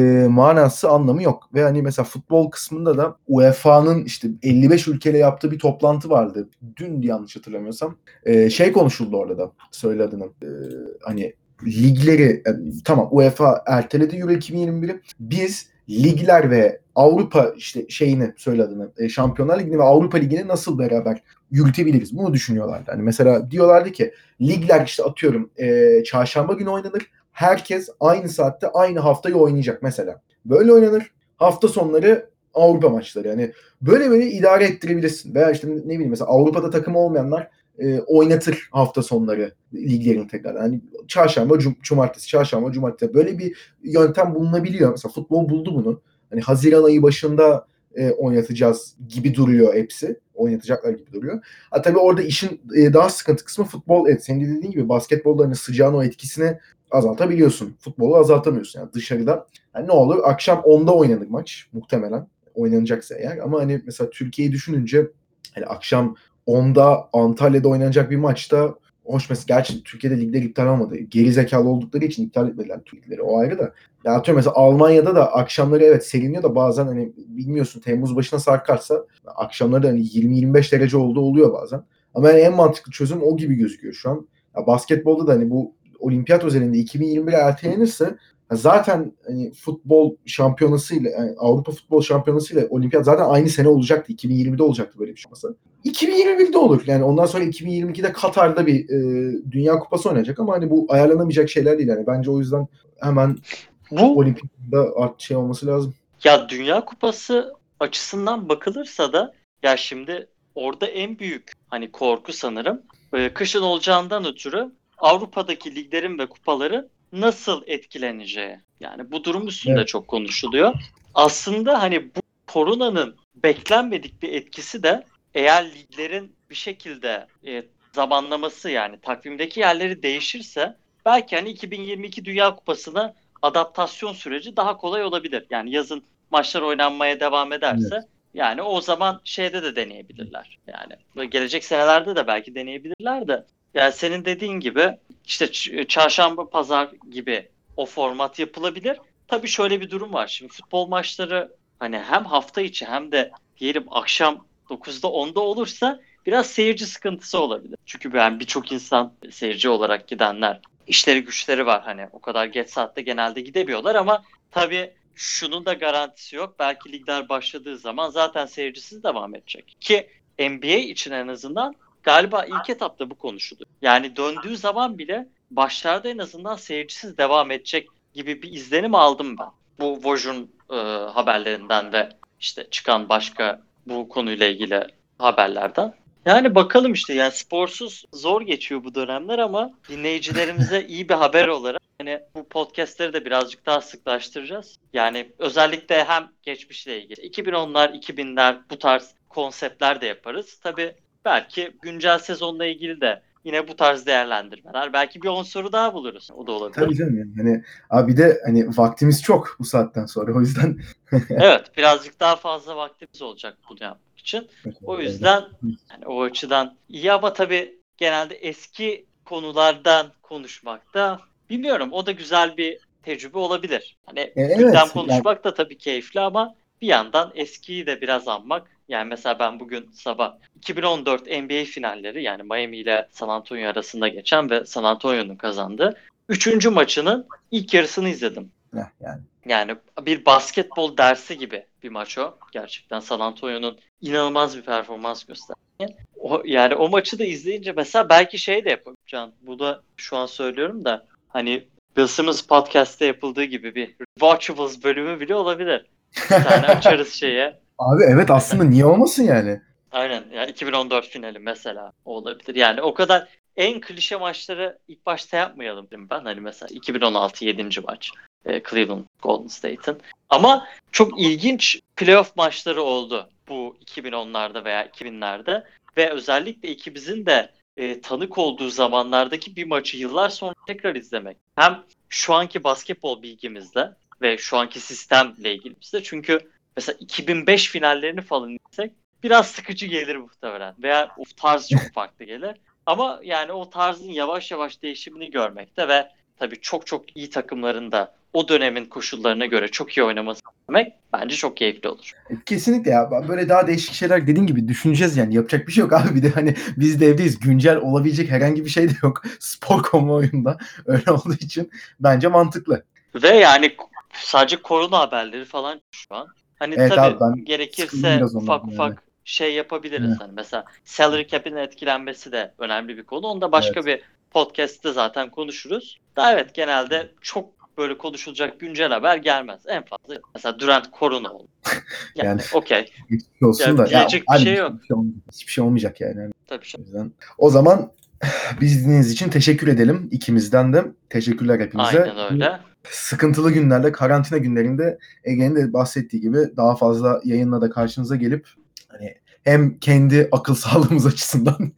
manası anlamı yok. Ve hani mesela futbol kısmında da UEFA'nın işte 55 ülkeyle yaptığı bir toplantı vardı. Dün yanlış hatırlamıyorsam. Şey konuşuldu orada da. Söyle adını. Hani ligleri tamam UEFA erteledi Euro 2021'i. Biz ligler ve Avrupa işte şeyini söyle adını Şampiyonlar Ligi'ni ve Avrupa Ligi'ni nasıl beraber yürütebiliriz? Bunu düşünüyorlardı. Hani mesela diyorlardı ki ligler işte atıyorum çarşamba günü oynanır. Herkes aynı saatte aynı haftayı oynayacak mesela. Böyle oynanır. Hafta sonları Avrupa maçları. Yani böyle idare ettirebilirsin. Veya işte ne bileyim mesela Avrupa'da takım olmayanlar oynatır hafta sonları liglerin tekrar. Yani çarşamba, cumartesi, çarşamba, cumartesi böyle bir yöntem bulunabiliyor. Mesela futbol buldu bunu. Hani Haziran ayı başında oynatacağız gibi duruyor hepsi. Oynatacaklar gibi duruyor. Ha, tabii orada işin daha sıkıntı kısmı futbol. Evet, senin de dediğin gibi basketbolda hani sıcağın o etkisini azaltabiliyorsun. Futbolu azaltamıyorsun. Yani dışarıda yani ne olur? Akşam 10'da oynanır maç muhtemelen. Oynanacaksa eğer. Ama hani mesela Türkiye'yi düşününce hani akşam 10'da Antalya'da oynanacak bir maçta hoş mesela gerçi Türkiye'de ligler iptal olmadı. Geri zekalı oldukları için iptal etmediler ligleri. O ayrı da. Ya atıyorum mesela Almanya'da da akşamları evet seriniyor da bazen hani bilmiyorsun Temmuz başına sarkarsa akşamları da hani 20-25 derece olduğu oluyor bazen. Ama yani en mantıklı çözüm o gibi gözüküyor şu an. Ya basketbolda da hani bu olimpiyat özelinde 2021'e ertelenirse zaten hani futbol şampiyonasıyla yani Avrupa futbol şampiyonasıyla olimpiyat zaten aynı sene olacaktı. 2020'de olacaktı böyle bir şey olmasa. 2021'de olur. Yani ondan sonra 2022'de Katar'da bir Dünya Kupası oynayacak ama hani bu ayarlanamayacak şeyler değil. Yani bence o yüzden hemen Bu olimpiyatda şey olması lazım. ya Dünya Kupası açısından bakılırsa da ya şimdi orada en büyük hani korku sanırım kışın olacağından ötürü Avrupa'daki liglerin ve kupaların nasıl etkileneceği. Yani bu durum üstünde Evet. çok konuşuluyor. Aslında hani bu koronanın beklenmedik bir etkisi de eğer liglerin bir şekilde zamanlaması yani takvimdeki yerleri değişirse belki hani 2022 Dünya Kupası'na adaptasyon süreci daha kolay olabilir. Yani yazın maçlar oynanmaya devam ederse Evet. yani o zaman şeyde de deneyebilirler. Yani gelecek senelerde de belki deneyebilirler de yani senin dediğin gibi işte çarşamba pazar gibi o format yapılabilir. Tabii şöyle bir durum var. Şimdi futbol maçları hani hem hafta içi hem de diyelim akşam 9'da 10'da olursa biraz seyirci sıkıntısı olabilir. Çünkü ben birçok insan seyirci olarak gidenler işleri güçleri var hani o kadar geç saatte genelde gidemiyorlar ama tabii şunun da garantisi yok. Belki ligler başladığı zaman zaten seyircisiz devam edecek. Ki NBA için en azından galiba ilk etapta bu konuşuluyor. Yani döndüğü zaman bile başlarda en azından seyircisiz devam edecek gibi bir izlenim aldım ben. Bu Woj'un haberlerinden ve işte çıkan başka bu konuyla ilgili haberlerden. Yani bakalım işte yani sporsuz zor geçiyor bu dönemler ama dinleyicilerimize iyi bir haber olarak hani bu podcastleri de birazcık daha sıklaştıracağız. Yani özellikle hem geçmişle ilgili 2010'lar, 2000'ler bu tarz konseptler de yaparız. Tabii belki güncel sezonla ilgili de yine bu tarz değerlendirmeler. Belki bir 10 soru daha buluruz. O da olabilir. Tabii canım yani. Hani abi bir de hani vaktimiz çok bu saatten sonra. O yüzden Evet, birazcık daha fazla vaktimiz olacak bunu yapmak için. O öyle. yüzden yani o açıdan iyi ama tabii genelde eski konulardan konuşmak da bilmiyorum. O da güzel bir tecrübe olabilir. Hani gündem Evet yani konuşmak da tabii keyifli ama bir yandan eskiyi de biraz anmak. Yani mesela ben bugün sabah 2014 NBA finalleri yani Miami ile San Antonio arasında geçen ve San Antonio'nun kazandığı 3. maçının ilk yarısını izledim. yani Yani bir basketbol dersi gibi bir maç o. Gerçekten San Antonio'nun inanılmaz bir performans gösterdi. Yani o maçı da izleyince mesela belki şey de yapacağım. Bu da şu an söylüyorum da hani Bill Simmons podcast'te yapıldığı gibi bir Rewatchables bölümü bile olabilir. Bir tane açarız şeye. abi evet aslında niye olmasın yani? Aynen. Yani 2014 finali mesela olabilir. Yani o kadar en klişe maçları ilk başta yapmayalım dedim ben. Hani mesela 2016 7. maç Cleveland Golden State'in. Ama çok ilginç playoff maçları oldu bu 2010'larda veya 2000'lerde ve özellikle ikimizin de tanık olduğu zamanlardaki bir maçı yıllar sonra tekrar izlemek. Hem şu anki basketbol bilgimizle ve şu anki sistemle ilgimizde. Çünkü mesela 2005 finallerini falan izlesek biraz sıkıcı gelir muhtemelen. Veya o tarz çok farklı gelir. Ama yani o tarzın yavaş yavaş değişimini görmekte ve tabii çok çok iyi takımların da o dönemin koşullarına göre çok iyi oynaması demek bence çok keyifli olur. Kesinlikle ya. Böyle daha değişik şeyler dediğin gibi düşüneceğiz yani. Yapacak bir şey yok abi. Bir de hani biz de evdeyiz. Güncel olabilecek herhangi bir şey de yok. Spor kamuoyunda. Öyle olduğu için bence mantıklı. Ve yani sadece korona haberleri falan şu an. Hani Evet abi tabii ben sıkıldım gerekirse biraz ufak onlardan yani. ufak şey yapabiliriz. Evet. Hani mesela salary cap'in etkilenmesi de önemli bir konu. Onu da başka Evet. bir podcast'te zaten konuşuruz. Da evet genelde çok böyle konuşulacak güncel haber gelmez. En fazla mesela Durant korona oldu. Yani Yani okey. geçmiş olsun Ya da. Ya diyecek bir abi şey yok. bir şey olmayacak. Hiçbir şey olmayacak yani. Tabii O yüzden. O zaman biz dinlediğiniz için teşekkür edelim. İkimizden de teşekkürler hepinize. aynen öyle. Sıkıntılı günlerde, karantina günlerinde Ege'nin de bahsettiği gibi daha fazla yayınla da karşınıza gelip hani hem kendi akıl sağlığımız açısından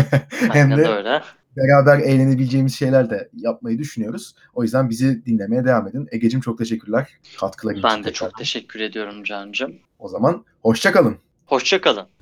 hem Aynen de öyle. beraber eğlenebileceğimiz şeyler de yapmayı düşünüyoruz. O yüzden bizi dinlemeye devam edin. Ege'cim çok teşekkürler katkıların için Ben de tekrar. çok teşekkür ediyorum Can'cığım. O zaman hoşça kalın. Hoşça kalın.